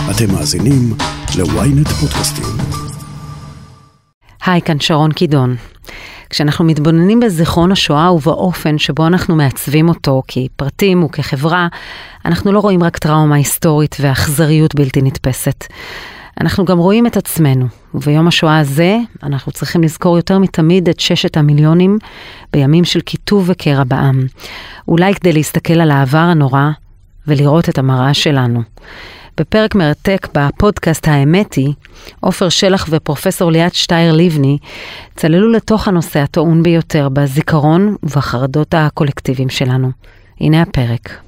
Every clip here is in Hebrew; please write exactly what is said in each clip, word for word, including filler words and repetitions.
אתם מאזינים ל-ynet פודקאסטים. היי, כאן שרון קידון. כשאנחנו מתבוננים בזיכרון השואה ובאופן שבו אנחנו מעצבים אותו כפרטים וכחברה, אנחנו לא רואים רק טראומה היסטורית ואכזריות בלתי נתפסת. אנחנו גם רואים את עצמנו, וביום השואה הזה אנחנו צריכים לזכור יותר מתמיד את ששת המיליונים בימים של כיתוב וקרע בעם. אולי כדי להסתכל על העבר הנורא ולראות את המראה שלנו. בפרק מרתק בפודקאסט האמת היא, עופר שלח ופרופסור ליאת שטייר לבני צללו לתוך הנושא הטעון ביותר בזיכרון ובחרדות הקולקטיביים שלנו. הנה הפרק.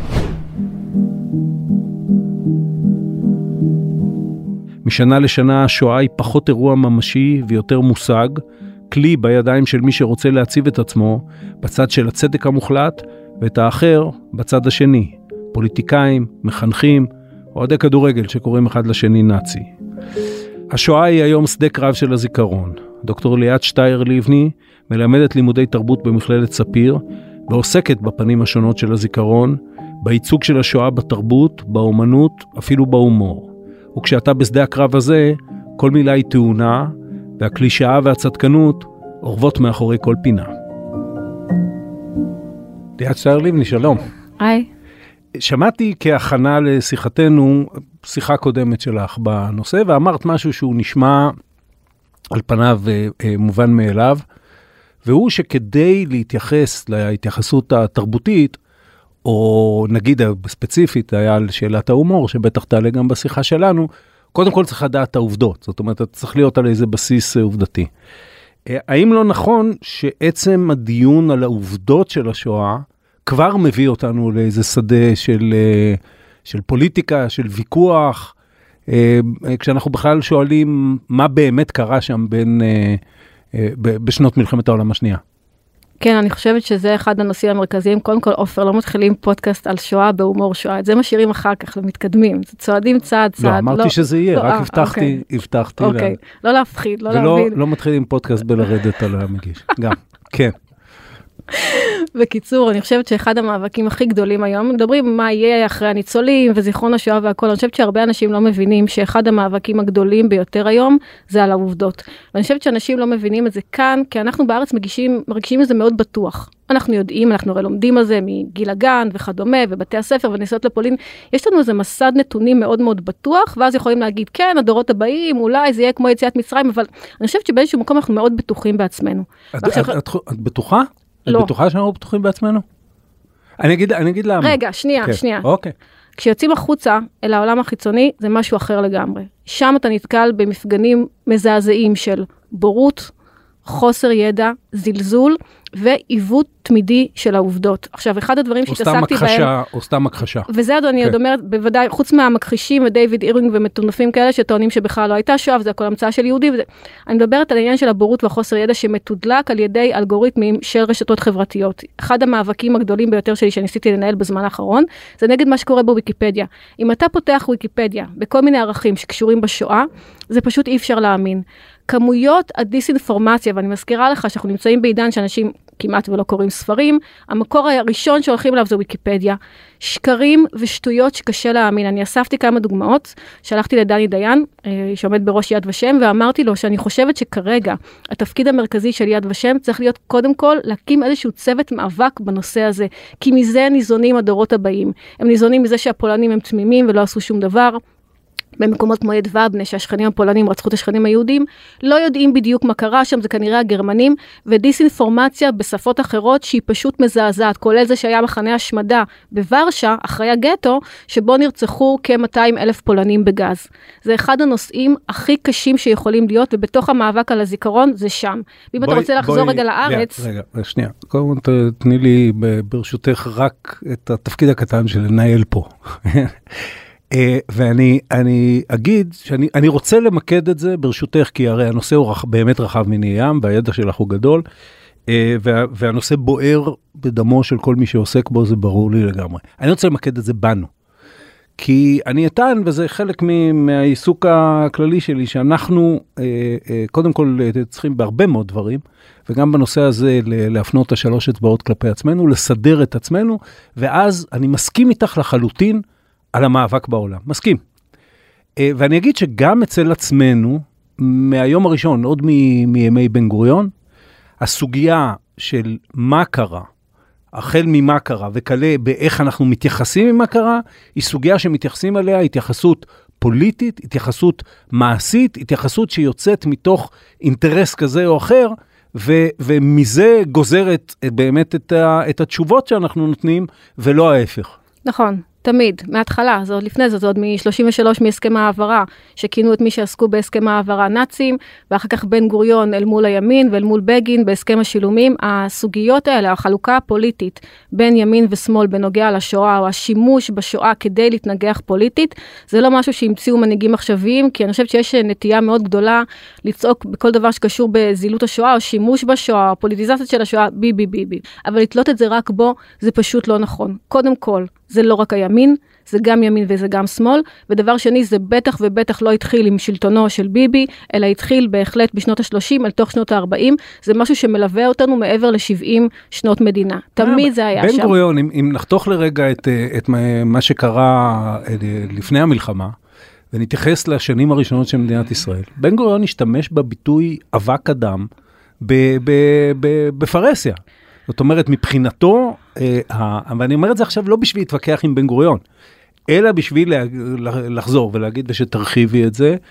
משנה לשנה השואה היא פחות אירוע ממשי ויותר מושג, כלי בידיים של מי שרוצה להציב את עצמו בצד של הצדק המוחלט ואת האחר בצד השני. פוליטיקאים, מחנכים, אוהדי כדורגל שקוראים אחד לשני נאצי. השואה היא היום שדה קרב של הזיכרון. דוקטור ליאת שטייר לבני מלמדת לימודי תרבות במכללת ספיר, ועוסקת בפנים השונות של הזיכרון, בייצוג של השואה בתרבות, באומנות, אפילו בהומור. וכשאתה בשדה הקרב הזה, כל מילה היא טעונה, והקלישאה והצדקנות אורבות מאחורי כל פינה. ליאת שטייר לבני, שלום. היי. שמעתי כהכנה לשיחתנו, שיחה קודמת שלך בנושא, ואמרת משהו שהוא נשמע על פניו מובן מאליו, והוא שכדי להתייחס להתייחסות התרבותית, או נגיד ספציפית, היה על שאלת ההומור, שבטח תעלה גם בשיחה שלנו, קודם כל צריך לדעת את העובדות, זאת אומרת, צריך להיות על איזה בסיס עובדתי. האם לא נכון שעצם הדיון על העובדות של השואה, כבר מביא אותנו לאיזה שדה של, של פוליטיקה, של ויכוח, כשאנחנו בכלל שואלים מה באמת קרה שם בין, בשנות מלחמת העולם השנייה. כן, אני חושבת שזה אחד הנושאים המרכזיים. קודם כל, עופר, לא מתחילים פודקאסט על שואה בהומור שואה. את זה משאירים אחר כך ומתקדמים. צועדים צעד צעד. לא, אמרתי לא, שזה יהיה, לא, רק אה, הבטחתי, אוקיי. הבטחתי. אוקיי, לה... לא להפחיד, לא ולא, להבין. ולא מתחילים פודקאסט בלרדת על המגיש. גם, כן. בקיצור, אני חושבת שאחד המאבקים הכי גדולים היום, מדברים מה יהיה אחרי הניצולים וזיכרון השואה והכל, אני חושבת שהרבה אנשים לא מבינים שאחד המאבקים הגדולים ביותר היום, זה על העובדות. ואני חושבת שאנשים לא מבינים את זה כאן, כי אנחנו בארץ מגישים, מרגישים את זה מאוד בטוח. אנחנו יודעים, אנחנו הרי לומדים על זה מגיל הגן וכדומה, ובתי הספר ונסיעות לפולין. יש לנו איזה מסד נתונים מאוד מאוד בטוח, ואז יכולים להגיד, כן, הדורות הבאים, אולי זה יהיה כמו יציאת מצרים, אבל אני חושבת שבאיזשהו מקום אנחנו מאוד בטוחים בעצמנו. את, את, את, את בטוחה? לא. את בטוחה שאנחנו בטוחים בעצמנו? אני אגיד, אני אגיד למה. רגע, שנייה, כן. שנייה. אוקיי. כשיוצאים החוצה אל העולם החיצוני, זה משהו אחר לגמרי. שם אתה נתקל במפגנים מזעזעים של בורות, חוסר ידע, זלזול, ועיוות תמידי של העובדות. עכשיו, אחד הדברים שהתעסקתי בהם... או סתם מכחשה. וזה, אדוני, עוד אומרת, בוודאי, חוץ מהמכחישים ודייוויד אירינג ומטונפים כאלה, שטוענים שבכלל לא הייתה שואה, וזה הכל המצאה של יהודי, וזה... אני מדברת על העניין של הבורות והחוסר ידע שמתודלק על ידי אלגוריתמים של רשתות חברתיות. אחד המאבקים הגדולים ביותר שלי שניסיתי לנהל בזמן האחרון, זה נגד מה שקורה בוויקיפדיה. אם אתה פותח וויקיפדיה בכל מיני ערכים שקשורים בשואה, זה פשוט אי אפשר להאמין. כמויות הדיסאינפורמציה, ואני מזכירה לך שאנחנו נמצאים בעידן שאנשים כמעט ולא קוראים ספרים, המקור הראשון שהולכים אליו זה וויקיפדיה, שקרים ושטויות שקשה להאמין. אני אספתי כמה דוגמאות, שלחתי לדני דיין, שעומד בראש יד ושם, ואמרתי לו שאני חושבת שכרגע התפקיד המרכזי של יד ושם צריך להיות קודם כל להקים איזשהו צוות מאבק בנושא הזה, כי מזה ניזונים הדורות הבאים. הם ניזונים מזה שהפולנים הם תמימים ולא עשו שום דבר, במקומות כמו יד ובנה, שהשכנים הפולנים רצחו את השכנים היהודים, לא יודעים בדיוק מה קרה שם, זה כנראה הגרמנים, ודיסאינפורמציה בשפות אחרות שהיא פשוט מזעזעת, כולל זה שהיה מחנה השמדה בוורשה, אחרי הגטו, שבו נרצחו כ-מאתיים אלף פולנים בגז. זה אחד הנושאים הכי קשים שיכולים להיות, ובתוך המאבק על הזיכרון זה שם. ואם אתה רוצה לחזור רגע לארץ... רגע, שנייה, קודם תני לי ברשותך רק את התפקיד הקטן של לנהל פה. ואני אני אגיד שאני אני רוצה למקד את זה ברשותך, כי הרי הנושא הוא באמת רחב מני ים, והידע שלך הוא גדול, וה, והנושא בוער בדמו של כל מי שעוסק בו, זה ברור לי לגמרי. אני רוצה למקד את זה בנו, כי אני אתן, וזה חלק מהעיסוק הכללי שלי, שאנחנו קודם כל צריכים בהרבה מאוד דברים, וגם בנושא הזה להפנות את השלוש אצבעות כלפי עצמנו, לסדר את עצמנו, ואז אני מסכים איתך לחלוטין על המאבק בעולם. מסכים. ואני אגיד שגם אצל עצמנו, מהיום הראשון, עוד מימי בן גוריון, הסוגיה של מה קרה, החל ממה קרה וכלה באיך אנחנו מתייחסים עם מה קרה, היא סוגיה שמתייחסים עליה, התייחסות פוליטית, התייחסות מעשית, התייחסות שיוצאת מתוך אינטרס כזה או אחר, ו- ומזה גוזרת באמת את, ה- את התשובות שאנחנו נותנים, ולא ההפך. נכון. תמיד, מההתחלה, זה עוד לפני זה, זה עוד מ-שלושים ושלוש מהסכם העברה, שכינו את מי שעסקו בהסכם העברה נאצים, ואחר כך בן גוריון אל מול הימין ואל מול בגין בהסכם השילומים. הסוגיות האלה, החלוקה הפוליטית בין ימין ושמאל בנוגע לשואה, או השימוש בשואה כדי להתנגח פוליטית, זה לא משהו שהמציאו מנהיגים עכשוויים, כי אני חושבת שיש נטייה מאוד גדולה לצעוק בכל דבר שקשור בזילות השואה, או שימוש בשואה, או פוליטיזציה של השואה, בי בי בי בי. אבל לתלות את זה רק בו, זה פשוט לא נכון. קודם כל, זה לא רק הימין, זה גם ימין וזה גם שמאל, ודבר שני, זה בטח ובטח לא התחיל עם שלטונו של ביבי, אלא התחיל בהחלט בשנות ה-שלושים, אל תוך שנות ה-ארבעים, זה משהו שמלווה אותנו מעבר ל-שבעים שנות מדינה. תמיד זה היה שם. בן גוריון, אם, אם נחתוך לרגע את, את מה שקרה לפני המלחמה, ונתייחס לשנים הראשונות של מדינת ישראל, בן גוריון השתמש בביטוי אבק אדם בפרהסיה. זאת אומרת, מבחינתו, ואני אומר את זה עכשיו לא בשביל להתווכח עם בן גוריון, אלא בשביל לחזור ולהגיד ושתרחיבי את זה,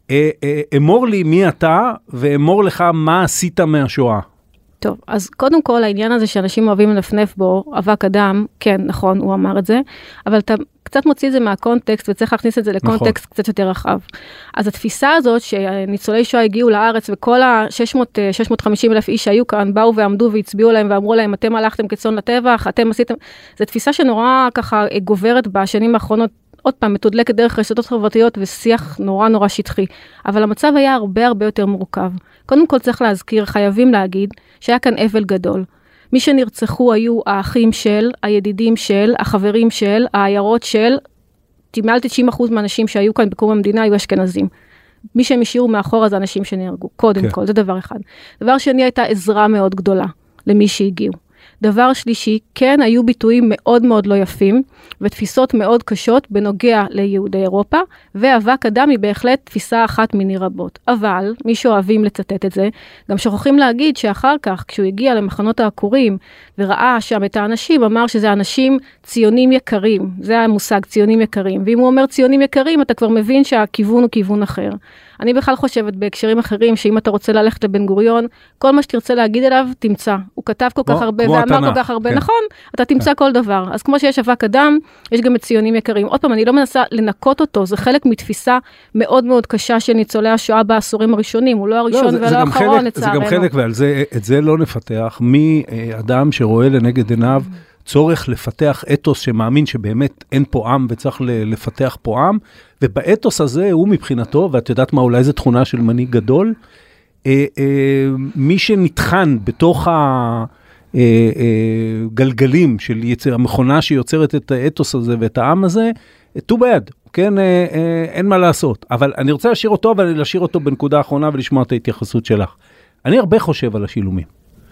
אמור לי מי אתה, ואמור לך מה עשית מהשואה. טוב, אז קודם כל העניין הזה שאנשים אוהבים לנפנף בו, אבק אדם, כן, נכון, הוא אמר את זה, אבל אתה קצת מוציא את זה מהקונטקסט, וצריך להכניס את זה לקונטקסט נכון. קצת יותר רחב. אז התפיסה הזאת שניצולי שואה הגיעו לארץ, וכל ה-שש מאות שש מאות וחמישים אלף איש שהיו כאן, באו ועמדו והצביעו להם, ואמרו להם, אתם הלכתם כצאן לטבח, אתם עשיתם, זו תפיסה שנורא ככה גוברת בשנים האחרונות, עוד פעם, מתודלקת דרך רשתות חברתיות ושיח נורא נורא שטחי. אבל המצב היה הרבה הרבה יותר מורכב. קודם כל צריך להזכיר, חייבים להגיד, שהיה כאן אבל גדול. מי שנרצחו היו האחים של, הידידים של, החברים של, העיירות של, מעל תשעים אחוז מהאנשים שהיו כאן בקום המדינה היו אשכנזים. מי שהם השאירו מאחורה זה אנשים שנהרגו, קודם כל, זה דבר אחד. דבר שני, הייתה עזרה מאוד גדולה למי שהגיעו. דבר שלישי, כן, היו ביטויים מאוד מאוד לא יפים, ותפיסות מאוד קשות בנוגע ליהודי אירופה, ואבק אדם היא בהחלט תפיסה אחת מיני רבות. אבל, מי שאוהבים לצטט את זה, גם שוכחים להגיד שאחר כך, כשהוא הגיע למחנות העקורים, וראה שם את האנשים, אמר שזה אנשים ציונים יקרים, זה המושג ציונים יקרים, ואם הוא אומר ציונים יקרים, אתה כבר מבין שהכיוון הוא כיוון אחר. אני בכלל חושבת בהקשרים אחרים, שאם אתה רוצה ללכת לבן גוריון, כל מה שתרצה להגיד אליו, תמצא. הוא כתב כל כך הרבה, ואמר כל כך הרבה, נכון, אתה תמצא כל דבר. אז כמו שיש אבק אדם, יש גם את ציונים יקרים. עוד פעם, אני לא מנסה לנקות אותו, זה חלק מתפיסה מאוד מאוד קשה של ניצולי השואה בעשורים הראשונים, הוא לא הראשון ולא האחרון, לצערנו. זה גם חלק, ועל זה, את זה לא נפתח, מאדם שרואה לנגד עיניו, צורך לפתח אתוס שמאמין שבאמת אין פה עם וצריך לפתח פה עם, ובאתוס הזה הוא מבחינתו, ואת יודעת מה, אולי זו תכונה של מנהיג גדול, אה, אה, מי שנתחן בתוך הגלגלים של יצר, המכונה שיוצרת את האתוס הזה ואת העם הזה, too bad, כן, אה, אה, אין מה לעשות. אבל אני רוצה להשאיר אותו, אבל להשאיר אותו בנקודה האחרונה ולשמוע את ההתייחסות שלך. אני הרבה חושב על השילומים,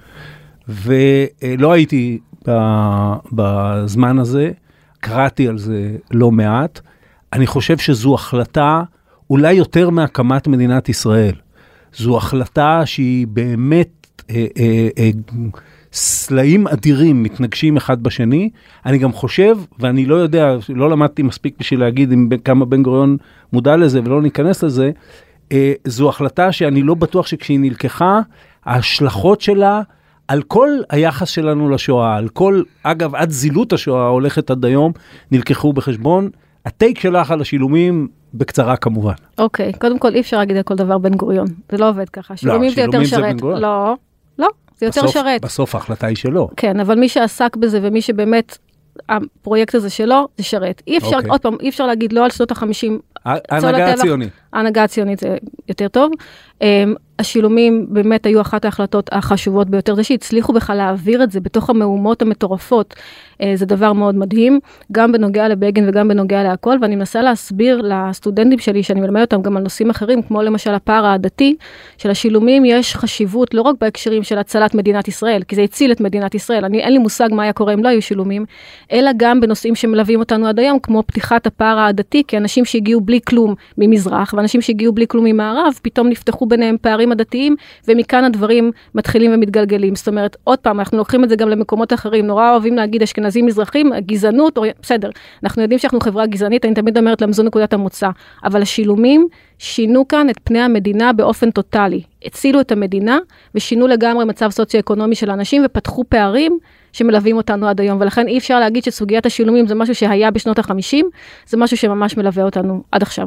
ולא הייתי בזמן הזה, קראתי על זה לא מעט, אני חושב שזו החלטה, אולי יותר מהקמת מדינת ישראל, זו החלטה שהיא באמת אה, אה, אה, סלעים אדירים מתנגשים אחד בשני, אני גם חושב, ואני לא יודע, לא למדתי מספיק בשביל להגיד אם כמה בן גוריון מודע לזה ולא ניכנס לזה, אה, זו החלטה שאני לא בטוח שכשהיא נלקחה, ההשלכות שלה, על כל היחס שלנו לשואה, על כל, אגב, עד זילות השואה הולכת עד היום, נלקחו בחשבון. הטייק שלך על השילומים, בקצרה כמובן. אוקיי, קודם כל אי אפשר להגיד על כל דבר בן גוריון. זה לא עובד ככה. שילומים זה יותר שרת. לא, לא, זה יותר שרת. בסוף ההחלטה היא שלו. כן, אבל מי שעסק בזה ומי שבאמת, הפרויקט הזה שלו, זה שרת. אי אפשר, עוד פעם, אי אפשר להגיד לא על שנות ה-חמישים. ההנהגה הציונית. ההנהגה הציונית זה יותר טוב. השילומים באמת היו אחת ההחלטות החשובות ביותר, זה שהצליחו בכלל להעביר את זה בתוך המהומות המטורפות, זה דבר מאוד מדהים, גם בנוגע לבגין וגם בנוגע להכל, ואני מנסה להסביר לסטודנטים שלי, שאני מלמד אותם גם על נושאים אחרים, כמו למשל הפער העדתי, של השילומים יש חשיבות לא רק בהקשרים של הצלת מדינת ישראל, כי זה הציל את מדינת ישראל, אני, אין לי מושג מה היה קורה אם לא היו שילומים, אלא גם בנושאים שמלווים אותנו עד היום, כמו פתיחת הפער העדתי, כי אנשים שהגיעו בלי כלום ממזרח, ואנשים שהגיעו בלי כלום ממערב, פתאום נפתחו ביניהם פערים הדתיים, ומכאן הדברים מתחילים ומתגלגלים. זאת אומרת, עוד פעם, אנחנו לוקחים את זה גם למקומות אחרים, נורא אוהבים להגיד אשכנזים מזרחים, גזענות, או... בסדר, אנחנו יודעים שאנחנו חברה גזענית, אני תמיד אומרת להם, זו נקודת המוצא, אבל השילומים שינו כאן את פני המדינה באופן טוטלי, הצילו את המדינה, ושינו לגמרי מצב סוציו-אקונומי של האנשים, ופתחו פערים שמלווים אותנו עד היום, ולכן אי אפשר להגיד שסוגיית השילומים זה משהו שהיה בשנות ה-חמישים, זה משהו שממש מלווה אותנו עד עכשיו.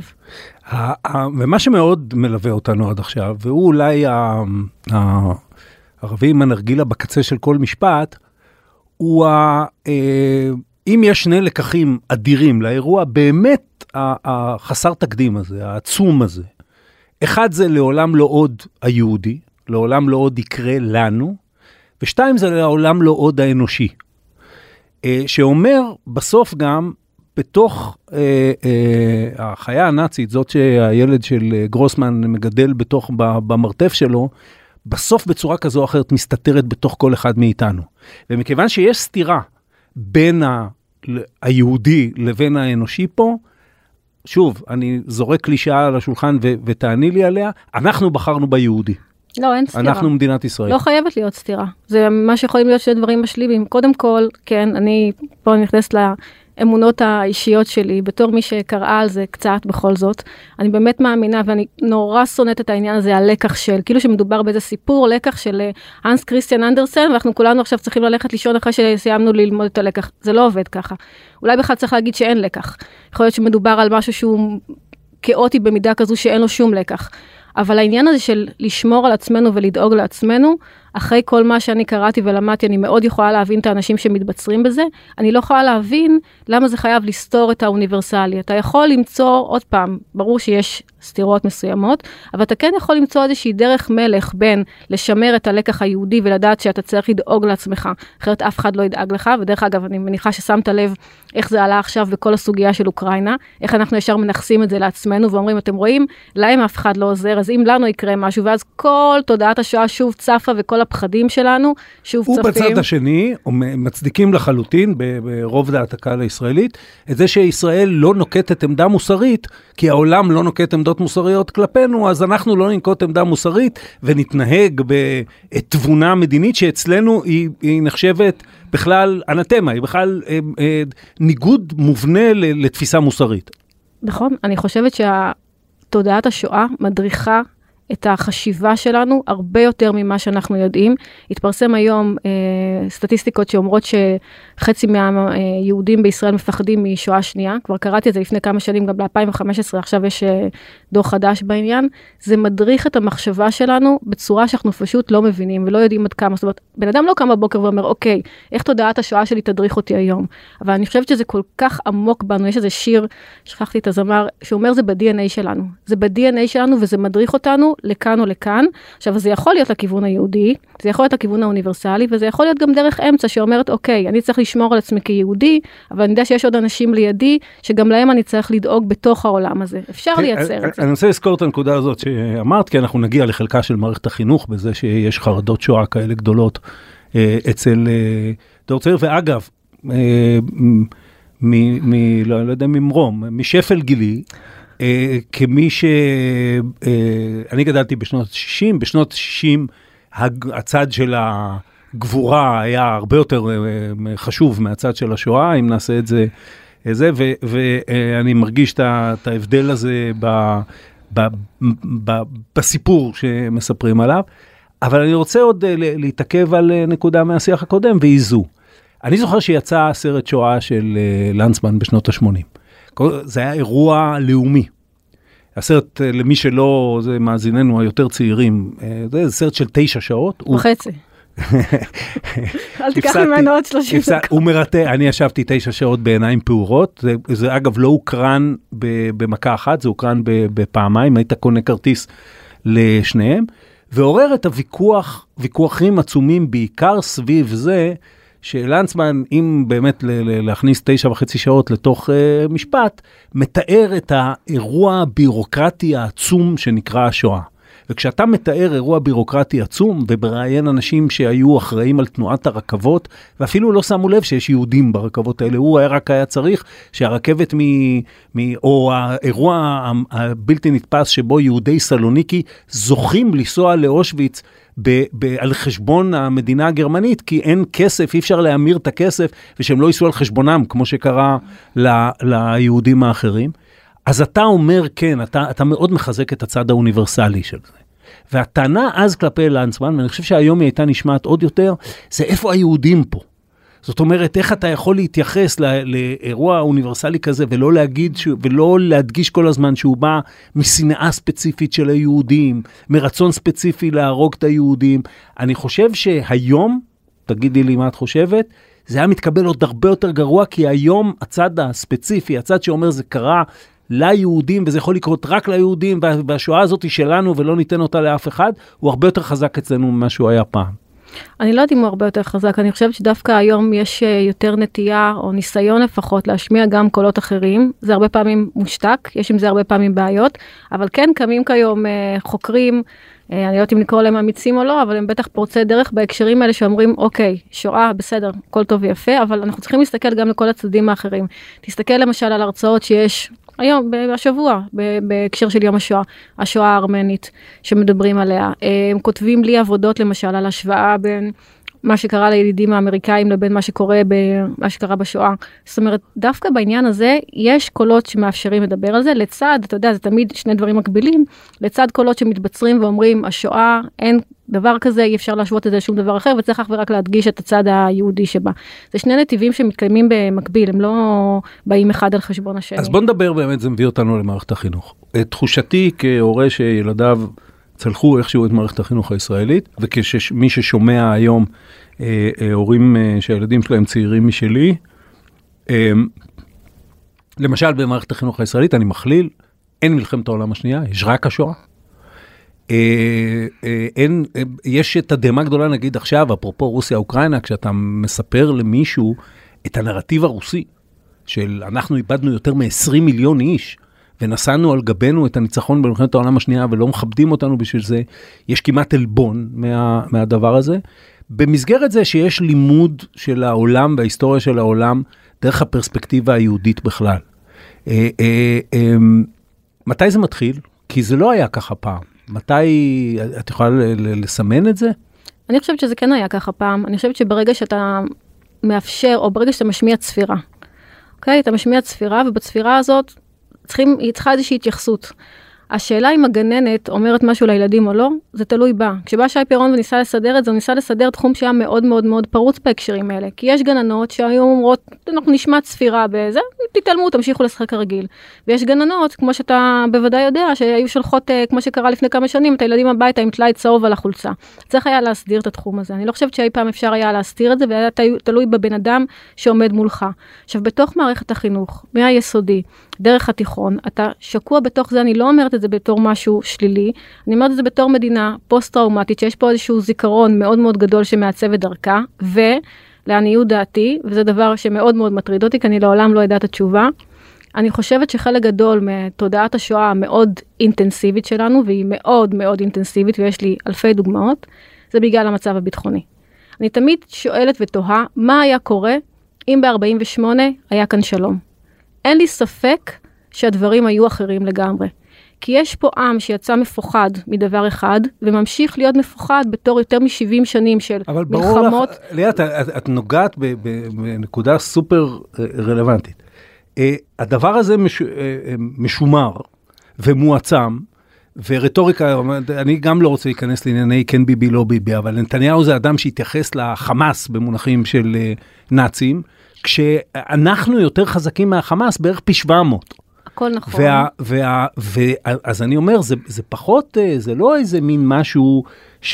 ומה שמאוד מלווה אותנו עד עכשיו, והוא אולי הערבי עם הנרגילה בקצה של כל משפט, הוא, אם יש שני לקחים אדירים לאירוע, באמת החסר תקדים הזה, העצום הזה. אחד זה לעולם לא עוד היהודי, לעולם לא עוד יקרה לנו, ושתיים זה לעולם לא עוד האנושי. שאומר בסוף גם, בתוך אה, אה, החיה הנאצית, זאת שהילד של גרוסמן מגדל בתוך, במרתף שלו, בסוף בצורה כזו או אחרת מסתתרת בתוך כל אחד מאיתנו. ומכיוון שיש סתירה בין ה, היהודי לבין האנושי פה, שוב, אני זורק קלישאה על השולחן ו, ותעני לי עליה, אנחנו בחרנו ביהודי. לא, אין סתירה. אנחנו מדינת ישראל. לא חייבת להיות סתירה. זה מה שיכולים להיות שני דברים משלימים. קודם כל, כן, אני פה נכנסת לאמונות האישיות שלי, בתור מי שקראה על זה קצת בכל זאת, אני באמת מאמינה, ואני נורא שונאת את העניין הזה, הלקח של, כאילו שמדובר באיזה סיפור, לקח של הנס קריסטיאן אנדרסן, ואנחנו כולנו עכשיו צריכים ללכת לישון אחרי שסיימנו ללמוד את הלקח. זה לא עובד ככה. אולי בכלל צריך להגיד שאין לקח. יכול להיות שמדובר על משהו שהוא כאוטי במידה כזו שאין לו שום לקח. אבל העניין הזה של לשמור על עצמנו ולדאוג לעצמנו, אחרי כל מה שאני קראתי ולמדתי, אני מאוד יכולה להבין את האנשים שמתבצרים בזה, אני לא יכולה להבין למה זה חייב לסתור את האוניברסלי. אתה יכול למצוא, עוד פעם, ברור שיש סתירות מסוימות, אבל אתה כן יכול למצוא איזושהי דרך מלך בין לשמר את הלקח היהודי ולדעת שאתה צריך לדאוג לעצמך, אחרת אף אחד לא ידאג לך, ודרך אגב, אני מניחה ששמת לב איך זה עלה עכשיו בכל הסוגיה של אוקראינה, איך אנחנו ישר מנחסים את זה לעצמנו ואומרים, אתם רואים, להם אף אחד לא עוזר, אז אם לנו יקרה משהו, ואז כל תודעת השואה שוב צפה וכל הפחדים שלנו שוב צפים. ובצד השני, מצדיקים לחלוטין ברוב דעת הקהל הישראלית, את זה שישראל לא נוקטת עמדה מוסרית, כי העולם לא נוקט עמדות מוסריות כלפינו, אז אנחנו לא ננקוט עמדה מוסרית, ונתנהג בתבונה מדינית שאצלנו היא, היא נחשבת בכלל אנתמה, היא בכלל אה, אה, ניגוד מובנה לתפיסה מוסרית. נכון, אני חושבת שהתודעת השואה מדריכה את החשיבה שלנו הרבה יותר ממה שאנחנו יודעים. התפרסם היום אה, סטטיסטיקות שאומרות שחצי מהיהודים בישראל מפחדים משואה שנייה. כבר קראתי את זה לפני כמה שנים, גם ב-אלפיים וחמש עשרה, עכשיו יש אה, דוח חדש בעניין. זה מדריך את המחשבה שלנו בצורה שאנחנו פשוט לא מבינים ולא יודעים עד כמה. זאת אומרת, בן אדם לא קם בבוקר ואומר, אוקיי, איך תודעת השואה שלי תדריך אותי היום? אבל אני חושבת שזה כל כך עמוק בנו. יש איזה שיר, שכחתי את הזמר, שאומר זה ב-די אן איי שלנו. זה ב-די אן איי שלנו וזה מדריך אותנו לכאן או לכאן. עכשיו, זה יכול להיות לכיוון היהודי, זה יכול להיות לכיוון האוניברסלי, וזה יכול להיות גם דרך אמצע שאומרת, אוקיי, אני צריך לשמור על עצמי כיהודי, אבל אני יודע שיש עוד אנשים לידי, שגם להם אני צריך לדאוג בתוך העולם הזה. אפשר לייצר את זה. אני רוצה לזכור את הנקודה הזאת שאמרת, כי אנחנו נגיע לחלקה של מערכת החינוך, בזה שיש חרדות שואה כאלה גדולות אצל דור צעיר, ואגב, לא יודע, ממרום, משפל גילי, Uh, כמי ש... Uh, אני גדלתי בשנות ה-שישים, בשנות ה-שישים הצד של הגבורה היה הרבה יותר uh, חשוב מהצד של השואה, אם נעשה את זה, זה ואני uh, מרגיש את ההבדל הזה ב, ב, ב, בסיפור שמספרים עליו, אבל אני רוצה עוד uh, להתעכב על uh, נקודה מהשיח הקודם, והיא זו. אני זוכר שיצא סרט שואה של uh, לנצמן בשנות ה-שמונים. זה היה אירוע לאומי. הסרט, למי שלא, זה מאזיננו היותר צעירים, זה סרט של תשע שעות. וחצי. אל תיקח ממנו עוד שלושים דקות. הוא מרתק, אני ישבתי תשע שעות בעיניים פעורות, זה אגב לא הוקרן במכה אחת, זה הוקרן בפעמיים, היית קונה כרטיס לשניהם, ועורר את הוויכוח, ויכוחים עצומים בעיקר סביב זה, שלנצמן, אם באמת להכניס תשע וחצי שעות לתוך uh, משפט, מתאר את האירוע הבירוקרטי העצום שנקרא השואה. וכשאתה מתאר אירוע בירוקרטי עצום, ובראיין אנשים שהיו אחראים על תנועת הרכבות, ואפילו לא שמו לב שיש יהודים ברכבות האלה, הוא היה רק היה צריך שהרכבת מ... מ... או האירוע הבלתי נתפס שבו יהודי סלוניקי זוכים לנסוע לאושוויץ, ב- ב- על חשבון המדינה הגרמנית, כי אין כסף, אי אפשר להמיר את הכסף, ושהם לא ייסעו על חשבונם, כמו שקרה ל- ליהודים האחרים. אז אתה אומר, כן, אתה, אתה מאוד מחזק את הצד האוניברסלי של זה. והטענה אז כלפי לנצמן, ואני חושב שהיום היא הייתה נשמעת עוד יותר, זה איפה היהודים פה. זאת אומרת, איך אתה יכול להתייחס לא, לאירוע אוניברסלי כזה, ולא להגיד, ולא להדגיש כל הזמן שהוא בא משנאה ספציפית של היהודים, מרצון ספציפי להרוג את היהודים. אני חושב שהיום, תגידי לי מה את חושבת, זה היה מתקבל עוד הרבה יותר גרוע, כי היום הצד הספציפי, הצד שאומר זה קרה ליהודים, וזה יכול לקרות רק ליהודים, והשואה הזאת היא שלנו ולא ניתן אותה לאף אחד, הוא הרבה יותר חזק אצלנו ממה שהוא היה פעם. אני לא יודעת אם הוא הרבה יותר חזק, אני חושבת שדווקא היום יש יותר נטייה, או ניסיון לפחות, להשמיע גם קולות אחרים. זה הרבה פעמים מושתק, יש עם זה הרבה פעמים בעיות, אבל כן קמים כיום חוקרים, אני לא יודעת אם לקרוא להם אמיצים או לא, אבל הם בטח פורצי דרך בהקשרים האלה שאומרים, אוקיי, שואה, בסדר, כל טוב ויפה, אבל אנחנו צריכים להסתכל גם לכל הצדדים האחרים. תסתכל למשל על הרצאות שיש היום, בשבוע, בהקשר של יום השואה, השואה הארמנית שמדברים עליה. הם כותבים לי עבודות למשל על השוואה בין מה שקרה לילידים האמריקאים לבין מה שקורה במה שקרה בשואה. זאת אומרת, דווקא בעניין הזה יש קולות שמאפשרים לדבר על זה, לצד, אתה יודע, זה תמיד שני דברים מקבילים, לצד קולות שמתבצרים ואומרים, השואה, אין דבר כזה, אי אפשר להשוות את זה לשום דבר אחר, וצריך אך ורק להדגיש את הצד היהודי שבה. זה שני נתיבים שמתקיימים במקביל, הם לא באים אחד על חשבון השני. אז בוא נדבר באמת, זה מביא אותנו למערכת החינוך. תחושתי כהורה שילדיו צלחו איכשהו את מערכת החינוך הישראלית, וכמי ששומע היום אה, אה, הורים אה, שהילדים שלהם צעירים משלי, אה, למשל במערכת החינוך הישראלית, אני מכליל, אין מלחמת העולם השנייה, יש רק השואה. אה, אה, אין, אה, יש את הדמה גדולה, נגיד עכשיו, אפרופו רוסיה-אוקראינה, כשאתה מספר למישהו את הנרטיב הרוסי, של אנחנו איבדנו יותר מ-עשרים מיליון איש, ונסענו על גבינו את הניצחון במלחמת העולם השנייה, ולא מכבדים אותנו בשביל זה, יש כמעט אלבון מה, מהדבר הזה. במסגרת זה שיש לימוד של העולם, וההיסטוריה של העולם, דרך הפרספקטיבה היהודית בכלל. אה, אה, אה, מתי זה מתחיל? כי זה לא היה ככה פעם. מתי, את יכולה לסמן את זה? אני חושבת שזה כן היה ככה פעם. אני חושבת שברגע שאתה מאפשר, או ברגע שאתה משמיע צפירה, אוקיי? אתה משמיע צפירה, ובצפירה הזאת, צריכים, היא צריכה איזושהי התייחסות. השאלה אם הגננת אומרת משהו לילדים או לא, זה תלוי בה. כשבא שי פירון וניסה לסדר את זה, הוא ניסה לסדר תחום שהיה מאוד מאוד מאוד פרוץ בהקשרים האלה. כי יש גננות שהיו אומרות, אנחנו נשמע צפירה בזה, תתעלמו, תמשיכו לשחק הרגיל. ויש גננות, כמו שאתה בוודאי יודע, שהיו שולחות, כמו שקרה לפני כמה שנים, את הילדים הביתה עם טלאי צהוב על החולצה. צריך היה להסדיר את התחום הזה. אני לא חושבת שאי פעם אפשר היה להסתיר את זה, והיה תלוי בבן אדם שעומד מולך. עכשיו, בתוך מערכת החינוך, מהיסודי, דרך התיכון, אתה שקוע בתוך זה, אני לא אומרת את זה בתור משהו שלילי, אני אומרת את זה בתור מדינה פוסט-טראומטית, שיש פה איזשהו זיכרון מאוד מאוד גדול שמעצב את דרכה, ולעניות דעתי, וזה דבר שמאוד מאוד מטריד אותי, כי אני לעולם לא יודעת את התשובה, אני חושבת שחלק גדול מתודעת השואה המאוד אינטנסיבית שלנו, והיא מאוד מאוד אינטנסיבית, ויש לי אלפי דוגמאות, זה בגלל המצב הביטחוני. אני תמיד שואלת ותוהה, מה היה קורה אם ב-ארבעים ושמונה היה כאן שלום? אין לי ספק שהדברים היו אחרים לגמרי. כי יש פה עם שיצא מפוחד מדבר אחד, וממשיך להיות מפוחד בתור יותר מ-שבעים שנים של אבל מלחמות. אבל ברור לך, ליאת, את, את נוגעת בנקודה סופר רלוונטית. הדבר הזה מש, משומר ומועצם, ורטוריקה, אני גם לא רוצה להיכנס לענייני כן ביבי לא ביבי, אבל נתניהו זה אדם שהתייחס לחמאס במונחים של נאצים, כשאנחנו יותר חזקים מהחמאס בערך פי שבע מאות. הכל נכון. וה, וה, וה, אז אני אומר, זה, זה פחות, זה לא איזה מין משהו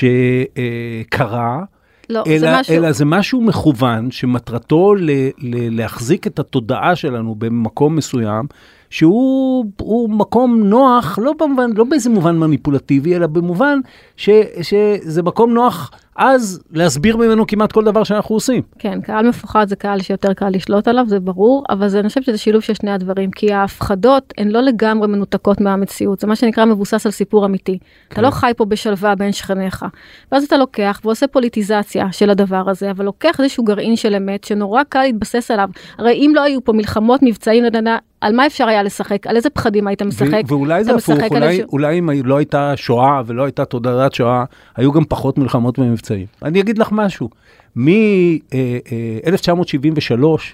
שקרה, לא, אלא, זה משהו... אלא זה משהו מכוון, שמטרתו ל, ל, להחזיק את התודעה שלנו במקום מסוים, שהוא הוא מקום נוח, לא במובן, לא באיזה מובן מניפולטיבי, אלא במובן ש, שזה מקום נוח אז להסביר ממנו כמעט כל דבר שאנחנו עושים. כן, קהל מפוחד זה קהל שיותר קל לשלוט עליו, זה ברור, אבל זה, אני חושבת שזה שילוב של שני הדברים, כי ההפחדות הן לא לגמרי מנותקות מהמציאות, זה מה שנקרא מבוסס על סיפור אמיתי. כן. אתה לא חי פה בשלווה בין שכניך, ואז אתה לוקח ועושה פוליטיזציה של הדבר הזה, אבל לוקח איזשהו גרעין של אמת שנורא קל להתבסס עליו. הרי אם לא היו פה מלחמות, מבצעים, נדנה, על מה אפשר היה לשחק? על איזה פחדים היית משחק? ו- ואולי זה הפוך, אולי, ש... אולי אם לא הייתה שואה ולא הייתה תודעת שואה, היו גם פחות מלחמות ומבצעים. אני אגיד לך משהו, מ-אלף תשע מאות שבעים ושלוש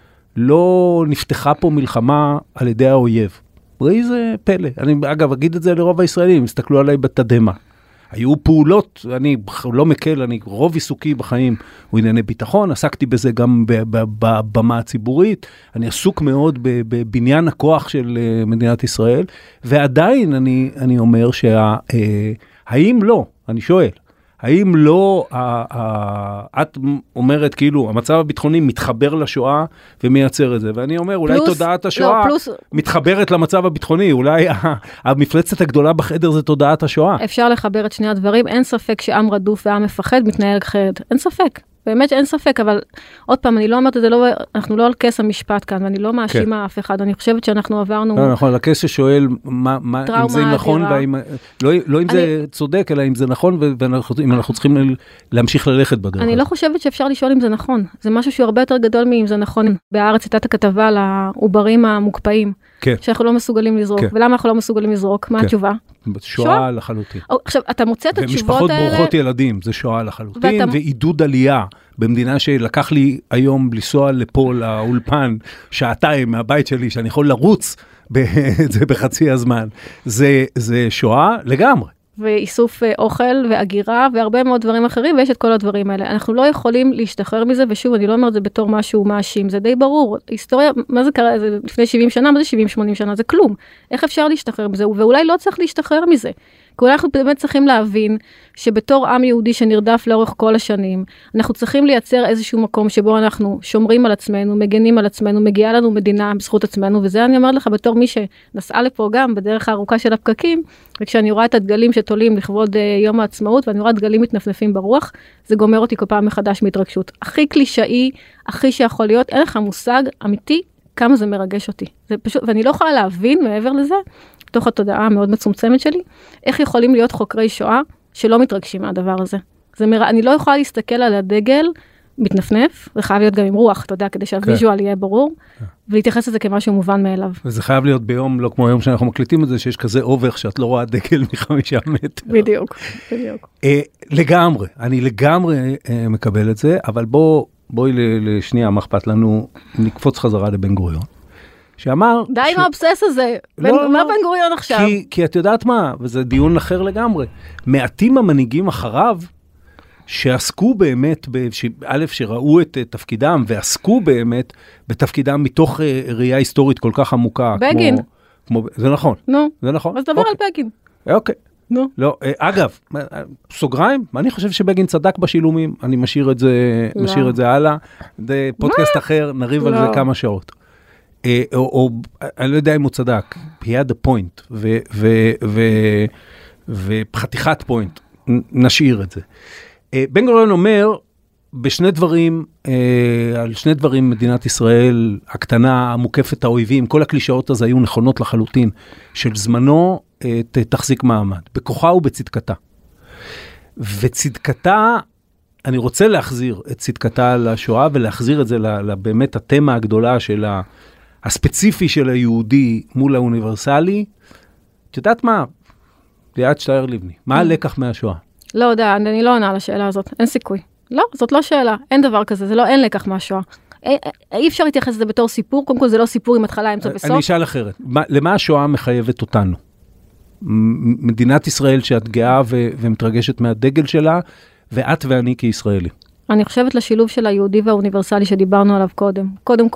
לא נפתחה פה מלחמה על ידי האויב. ראי זה פלא. אני אגב אגיד את זה לרוב הישראלים, הסתכלו עליי בתדמה. היו פעולות, אני לא מקל, אני רוב עיסוקי בחיים הוא ענייני ביטחון, עסקתי בזה גם בבמה הציבורית, אני עסוק מאוד בבניין הכוח של מדינת ישראל, ועדיין אני, אני אומר שה, האם לא, אני שואל, האם לא, את אומרת כאילו, המצב הביטחוני מתחבר לשואה ומייצר את זה, ואני אומר, אולי פלוס, תודעת השואה לא, פלוס... מתחברת למצב הביטחוני, אולי המפלצת הגדולה בחדר זה תודעת השואה. אפשר לחבר את שני הדברים, אין ספק שעם רדוף ועם מפחד מתנהל אחרת, אין ספק. באמת שאין ספק, אבל עוד פעם, אני לא אומרת את זה, לא, אנחנו לא על כס המשפט כאן, ואני לא מאשימה כן. אף אחד, אני חושבת שאנחנו עברנו... לא, נכון, לכס ששואל מה, מה, אם זה נכון, והאם, לא, לא אם אני, זה צודק, אלא אם זה נכון, ואם אנחנו צריכים להמשיך ללכת בדרך. אני לא חושבת שאפשר לשאול אם זה נכון, זה משהו שהוא הרבה יותר גדול מאם זה נכון. בהארץ הייתה את הכתבה על העוברים המוקפאים, כן. שאנחנו לא מסוגלים לזרוק, כן. ולמה אנחנו לא מסוגלים לזרוק? מה כן. התשובה? שואה לחלוטין. עכשיו, אתה מוצא את התשובות האלה... ומשפחות ברוכות ילדים, זה שואה לחלוטין, ואתה... ועידוד עלייה במדינה שלקח לי היום לנסוע לפה לאולפן, שעתיים מהבית שלי, שאני יכול לרוץ זה בחצי הזמן. זה, זה שואה לגמרי. ואיסוף אוכל ואגירה והרבה מאוד דברים אחרים, ויש את כל הדברים האלה. אנחנו לא יכולים להשתחרר מזה, ושוב, אני לא אומרת זה בתור משהו מאשים, זה די ברור. היסטוריה, מה זה קרה? זה לפני שבעים שנה, מה זה שבעים שמונים שנה? זה כלום. איך אפשר להשתחרר מזה? ואולי לא צריך להשתחרר מזה. כי אנחנו באמת צריכים להבין שבתור עם יהודי שנרדף לאורך כל השנים, אנחנו צריכים לייצר איזשהו מקום שבו אנחנו שומרים על עצמנו, מגנים על עצמנו, מגיעה לנו מדינה בזכות עצמנו, וזה אני אומרת לך בתור מי שנסעה לפה גם בדרך הארוכה של הפקקים, וכשאני רואה את הדגלים שתולים לכבוד יום העצמאות, ואני רואה דגלים מתנפנפים ברוח, זה גומר אותי כל פעם מחדש מהתרגשות. הכי קלישאי, הכי שיכול להיות, אין לך מושג אמיתי כמה זה מרגש אותי. זה פשוט, ואני לא יכולה להבין מעבר לזה, תוך התודעה המאוד מצומצמת שלי, איך יכולים להיות חוקרי שואה שלא מתרגשים מהדבר הזה. זה מר... אני לא יכולה להסתכל על הדגל מתנפנף, זה חייב להיות גם עם רוח, אתה יודע, כדי שהוויז'ואל יהיה ברור, ולהתייחס לזה כמשהו מובן מאליו. וזה חייב להיות ביום, לא כמו היום שאנחנו מקליטים את זה, שיש כזה אובך שאת לא רואה דגל מחמישה מטר. בדיוק, בדיוק. לגמרי, אני לגמרי מקבל את זה, אבל בוא, בואי לשנייה, מה אכפת לנו, נקפוץ חזרה לבן גוריון. שאמר... די עם האובסס הזה, מה בן גוריון עכשיו? כי את יודעת מה, וזה דיון אחר לגמרי, מעטים המנהיגים אחריו, שעסקו באמת, א' שראו את תפקידם, ועסקו באמת בתפקידם מתוך ראייה היסטורית כל כך עמוקה. בגין. זה נכון. נו. זה נכון. אז דבר על בגין. אוקיי. נו. לא, אגב, סוגריים, אני חושב שבגין צדק בשילומים, אני משאיר את זה, משאיר את זה הלאה, זה פודקאסט אחר, נריב על זה כמה שעות. או, או, אני לא יודע אם הוא צדק, he had a point, ו, ו, ו, ופחתיכת פוינט, נשאיר את זה. בן גוריון אומר, בשני דברים, על שני דברים מדינת ישראל, הקטנה, המוקפת האויבים, כל הקלישאות הזה היו נכונות לחלוטין, של זמנו תחזיק מעמד, בכוחה ובצדקתה. וצדקתה, אני רוצה להחזיר את צדקתה לשואה, ולהחזיר את זה באמת התמה הגדולה של ה... הספציפי של היהודי מול האוניברסלי, את יודעת מה? ליאת שטייר לבני, מה הלקח מהשואה? לא יודע, אני לא עונה על השאלה הזאת, אין סיכוי. לא, זאת לא שאלה, אין דבר כזה, זה לא, אין לקח מהשואה. אי אפשר להתייחס לזה בתור סיפור, קודם כל זה לא סיפור עם התחלה, אמצע וסוף. אני אשאל אחרת, למה השואה מחייבת אותנו? מדינת ישראל שאת גאה ומתרגשת מהדגל שלה, ואת ואני כישראלי. אני חושבת לשילוב של היהודי והאוניברסלי שדיברנו עליו קודם. קודם כל,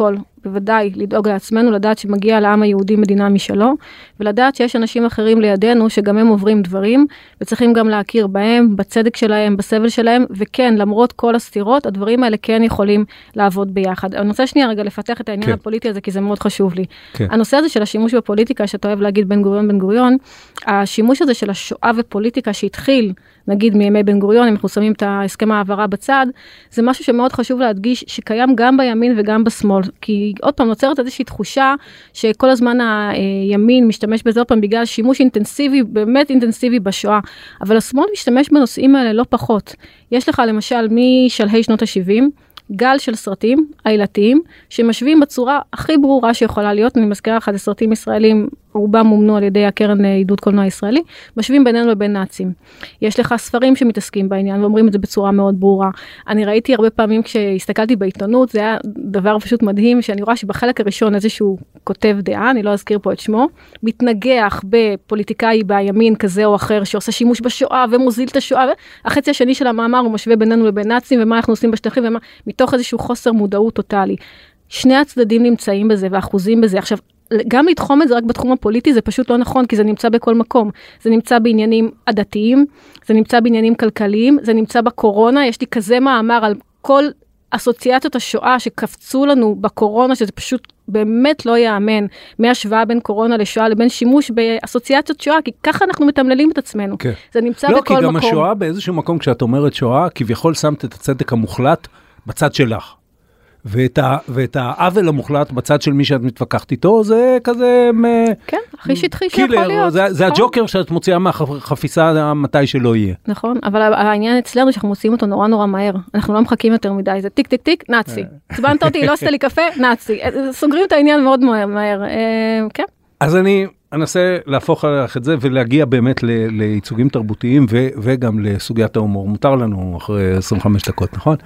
בוודאי לדאוג לעצמנו, לדעת שמגיע לעם היהודי מדינה משלו, ולדעת שיש אנשים אחרים לידינו שגם הם עוברים דברים, וצריכים גם להכיר בהם, בצדק שלהם, בסבל שלהם, וכן, למרות כל הסתירות, הדברים האלה כן יכולים לעבוד ביחד. אני רוצה שנייה רגע לפתח את העניין כן. הפוליטי הזה, כי זה מאוד חשוב לי. כן. הנושא הזה של השימוש בפוליטיקה, שאתה אוהב להגיד בן גוריון, בן גוריון, השימוש הזה של השואה ופוליטיקה שהתחיל, נגיד מימי בן גוריון, אם אנחנו שמים את ההסכם העברה בצד, זה משהו שמאוד חשוב להדגיש, שקיים גם בימין וגם בשמאל, כי עוד פעם נוצרת איזושהי תחושה, שכל הזמן הימין משתמש בזה עוד פעם, בגלל שימוש אינטנסיבי, באמת אינטנסיבי בשואה, אבל השמאל משתמש בנושאים האלה לא פחות. יש לך למשל משלהי שנות ה-שבעים, גל של סרטים עילתיים, שמשווים בצורה הכי ברורה שיכולה להיות, אני מזכירה לך, סרטים ישראלים, רובם מומנו על ידי הקרן עידוד קולנוע ישראלי, משווים בינינו לבין נאצים. יש לך ספרים שמתעסקים בעניין, ואומרים את זה בצורה מאוד ברורה. אני ראיתי הרבה פעמים כשהסתכלתי בעיתונות, זה היה דבר פשוט מדהים, שאני רואה שבחלק הראשון איזשהו כותב דעה, אני לא אזכיר פה את שמו, מתנגח בפוליטיקאי בימין כזה או אחר, שעושה שימוש בשואה ומוזיל את השואה, החצי השני של המאמר הוא משווה בינינו לבין נאצים, ומה אנחנו עושים בשטחים, ומה, מתוך איזשהו חוסר מודעות טוטלי. שני הצדדים נמצאים בזה ואחוזים בזה. עכשיו, גם לתחום את זה רק בתחום הפוליטי, זה פשוט לא נכון, כי זה נמצא בכל מקום. זה נמצא בעניינים עדתיים, זה נמצא בעניינים כלכליים, זה נמצא בקורונה, יש לי כזה מאמר על כל אסוציאציות השואה שקפצו לנו בקורונה, שזה פשוט באמת לא יאמן, מהשוואה בין קורונה לשואה, לבין שימוש באסוציאציות שואה, כי ככה אנחנו מתמללים את עצמנו. כן. זה נמצא לא, בכל מקום. לא, כי גם השואה באיזשהו מקום, כשאת אומרת שואה, כביכול שמת את הצדק המוחלט בצד שלך. ואת, ה, ואת העוול המוחלט בצד של מי שאת מתווכחת איתו, זה כזה... כן, הכי שטחי שיכול להיות. זה, זה הג'וקר שאת מוציאה מהחפיסה מתי שלא יהיה. נכון, אבל העניין אצלנו שאנחנו מוציאים אותו נורא נורא מהר. אנחנו לא מחכים יותר מדי, זה טיק טיק טיק, נאצי. צבנת אותי, לא עשתה לי קפה, נאצי. סוגרים את העניין מאוד מהר. כן. אז אני אנסה להפוך עליך את זה, ולהגיע באמת לייצוגים תרבותיים, וגם לסוגיית ההומור. מותר לנו אחרי עשרים וחמש דקות, נכון?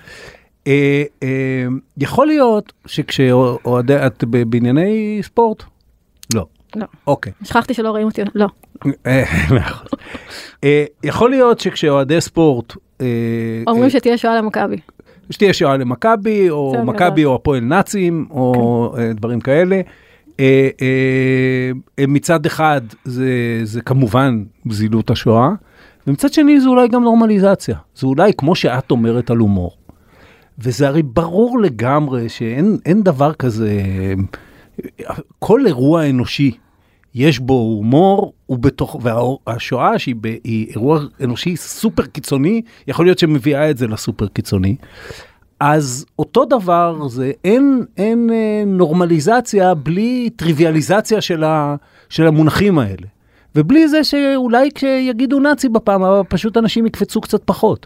אה, אה, יכול להיות שכשאת בענייני ספורט? לא. לא. אוקיי. שכחתי שלא רואים אותי, לא. יכול להיות שכשאוהדי ספורט... אומרים שתהיה שואה למכבי. שתהיה שואה למכבי, או מכבי או הפועל נאצים, או דברים כאלה. מצד אחד זה כמובן זילות השואה, ומצד שני זה אולי גם נורמליזציה. זה אולי כמו שאת אומרת על הומור. וזה הרי ברור לגמרי שאין אין דבר כזה, כל אירוע אנושי יש בו הומור, ובתוך, והשואה שהיא היא אירוע אנושי סופר קיצוני, יכול להיות שמביאה את זה לסופר קיצוני. אז אותו דבר זה, אין, אין נורמליזציה בלי טריוויאליזציה של, ה, של המונחים האלה. ובלי זה שאולי כשיגידו נאצי בפעם, פשוט אנשים יקפצו קצת פחות.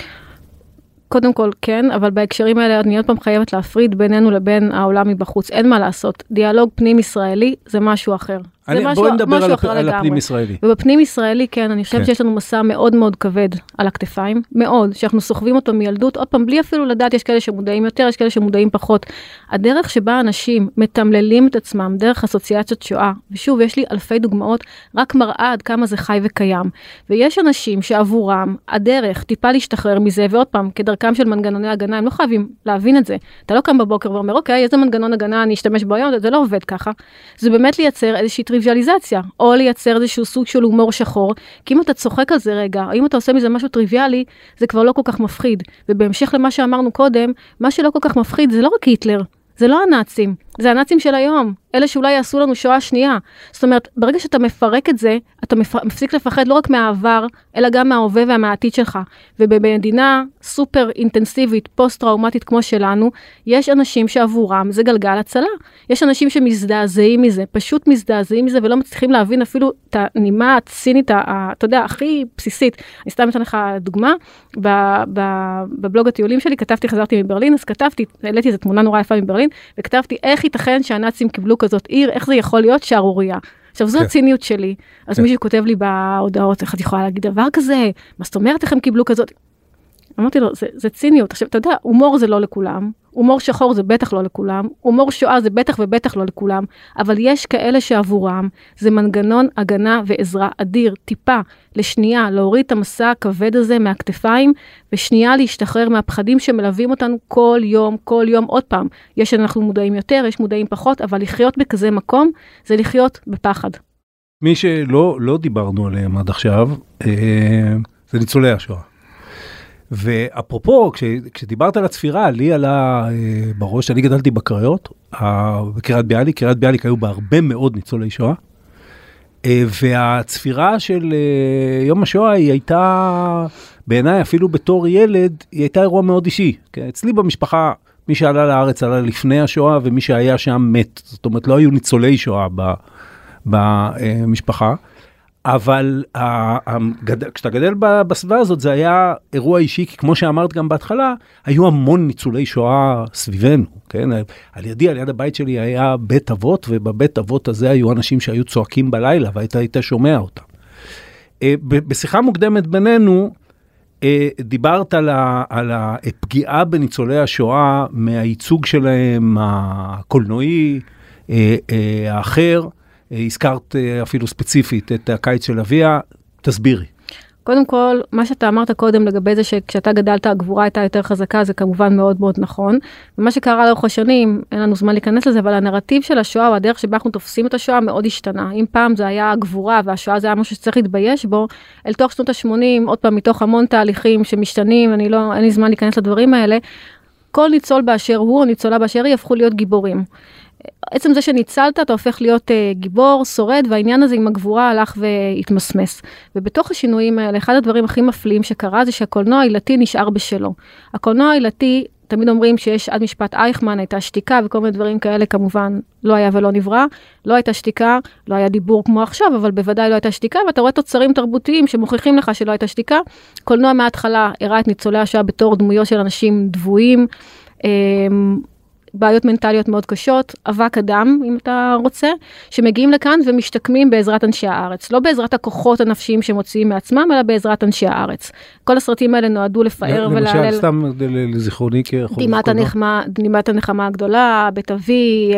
קודם כל כן, אבל בהקשרים האלה אני עוד פעם חייבת להפריד בינינו לבין העולם מבחוץ. אין מה לעשות. דיאלוג פנים ישראלי זה משהו אחר. אני, משהו, בואי נדבר על, הפ... על הפנים ישראלי. ובפנים ישראלי כן, אני חושבת כן. שיש לנו מסע מאוד מאוד כבד על הכתפיים, מאוד, שאנחנו סוחבים אותו מילדות, עוד פעם, בלי אפילו לדעת, יש כאלה שמודעים יותר, יש כאלה שמודעים פחות. הדרך שבה אנשים מתמללים את עצמם, דרך אסוציאציות שואה, ושוב, יש לי אלפי דוגמאות, רק מראה עד כמה זה חי וקיים. ויש אנשים שעבורם, הדרך טיפה להשתחרר מזה, ועוד פעם, כדרכם של מנגנוני הגנה, הם לא חייבים להבין את זה. אתה לא קם בבוקר ואומר, אוקיי, איזה מנגנון הגנה אני אשתמש בו היום? זה לא עובד ככה. זה באמת לייצר איזושהי טריוויאליזציה, או לייצר איזשהו סוג של הומור שחור, כי אם אתה צוחק על זה רגע, או אם אתה עושה מזה משהו טריוויאלי, זה כבר לא כל כך מפחיד. ובהמשך למה שאמרנו קודם, מה שלא כל כך מפחיד זה לא רק היטלר, זה לא הנאצים, זה הנאצים של היום, אלה שאולי יעשו לנו שואה שנייה. זאת אומרת, ברגע שאתה מפרק את זה, אתה מפסיק לפחד לא רק מהעבר, אלא גם מההווה והמעתיד שלך. ובמדינה סופר אינטנסיבית, פוסט-טראומטית כמו שלנו, יש אנשים שעבורם זה גלגל הצלה. יש אנשים שמזדעזעים מזה, פשוט מזדעזעים מזה, ולא מצליחים להבין אפילו את הנימה הצינית, אתה יודע, הכי בסיסית. אני סתם אתן לך דוגמה, בבלוג הטיולים שלי, כתבתי, חזרתי מברלין, אז כתבתי, העליתי איזו תמונה נורא יפה מברלין, וכתבתי איך ייתכן שהנאצים קיבלו כזאת עיר, איך זה יכול להיות שערוריה. עכשיו, זו הציניות שלי. אז מישהו כותב לי בהודעות, איך את יכולה להגיד דבר כזה? מה זאת אומרת, איך הם קיבלו כזאת? אמרתי לו, זה, זה ציניות. עכשיו, אתה יודע, הומור זה לא לכולם, הומור שחור זה בטח לא לכולם, הומור שואה זה בטח ובטח לא לכולם, אבל יש כאלה שעבורם זה מנגנון הגנה ועזרה אדיר, טיפה, לשנייה, להוריד את המסע הכבד הזה מהכתפיים, ושנייה להשתחרר מהפחדים שמלווים אותנו כל יום, כל יום, עוד פעם. יש אנחנו מודעים יותר, יש מודעים פחות, אבל לחיות בכזה מקום, זה לחיות בפחד. מי שלא לא דיברנו עליהם עד עכשיו, זה ניצולי השואה. ואפרופו, כש, כשדיברת על הצפירה, לי עלה בראש, אני גדלתי בקריות, בקריית ביאליק, קריית ביאליק היו בה הרבה מאוד ניצולי שואה, והצפירה של יום השואה היא הייתה, בעיניי אפילו בתור ילד, היא הייתה אירוע מאוד אישי. אצלי במשפחה, מי שעלה לארץ עלה לפני השואה, ומי שהיה שם מת. זאת אומרת, לא היו ניצולי שואה במשפחה. אבל כשאתה גדל בסביבה הזאת, זה היה אירוע אישי, כי כמו שאמרת גם בהתחלה, היו המון ניצולי שואה סביבנו, כן? על ידי, על יד הבית שלי היה בית אבות, ובבית אבות הזה היו אנשים שהיו צועקים בלילה, והיית היית שומע אותם. בשיחה מוקדמת בינינו, דיברת על הפגיעה בניצולי השואה, מהייצוג שלהם, הקולנועי, האחר, הזכרת אפילו ספציפית את הקיץ של אביה, תסבירי. קודם כל, מה שאתה אמרת קודם לגבי זה שכשאתה גדלת הגבורה הייתה יותר חזקה, זה כמובן מאוד מאוד נכון. ומה שקרה לאורך השנים, אין לנו זמן להיכנס לזה, אבל הנרטיב של השואה, או הדרך שבה אנחנו תופסים את השואה, מאוד השתנה. אם פעם זה היה הגבורה, והשואה זה היה משהו שצריך להתבייש בו, אל תוך שנות ה-שמונים, עוד פעם, מתוך המון תהליכים שמשתנים, אני לא, אין לי זמן להיכנס לדברים האלה, כל ניצול באשר הוא, או ניצולה באשר היא, הפכו להיות גיבורים. עצם זה שניצלת, אתה הופך להיות uh, גיבור, שורד, והעניין הזה עם הגבורה הלך והתמסמס. ובתוך השינויים האלה, אחד הדברים הכי מפליאים שקרה, זה שהקולנוע העילתי נשאר בשלו. הקולנוע העילתי, תמיד אומרים שיש עד משפט אייכמן, הייתה שתיקה, וכל מיני דברים כאלה, כמובן, לא היה ולא נברא. לא הייתה שתיקה, לא היה דיבור כמו עכשיו, אבל בוודאי לא הייתה שתיקה, ואתה רואה תוצרים תרבותיים שמוכיחים לך שלא הייתה שתיקה. קולנוע מההתחלה הראה את ניצולי השואה בתור דמויות של אנשים דבויים, בעיות מנטליות מאוד קשות, אבק אדם, אם אתה רוצה, שמגיעים לכאן ומשתקמים בעזרת אנשי הארץ. לא בעזרת הכוחות הנפשיים שמוציאים מעצמם, אלא בעזרת אנשי הארץ. כל הסרטים האלה נועדו לפאר ולהלל... למשל, סתם לזיכרוני כחוב... דמעת הנחמה הגדולה, בית אבי,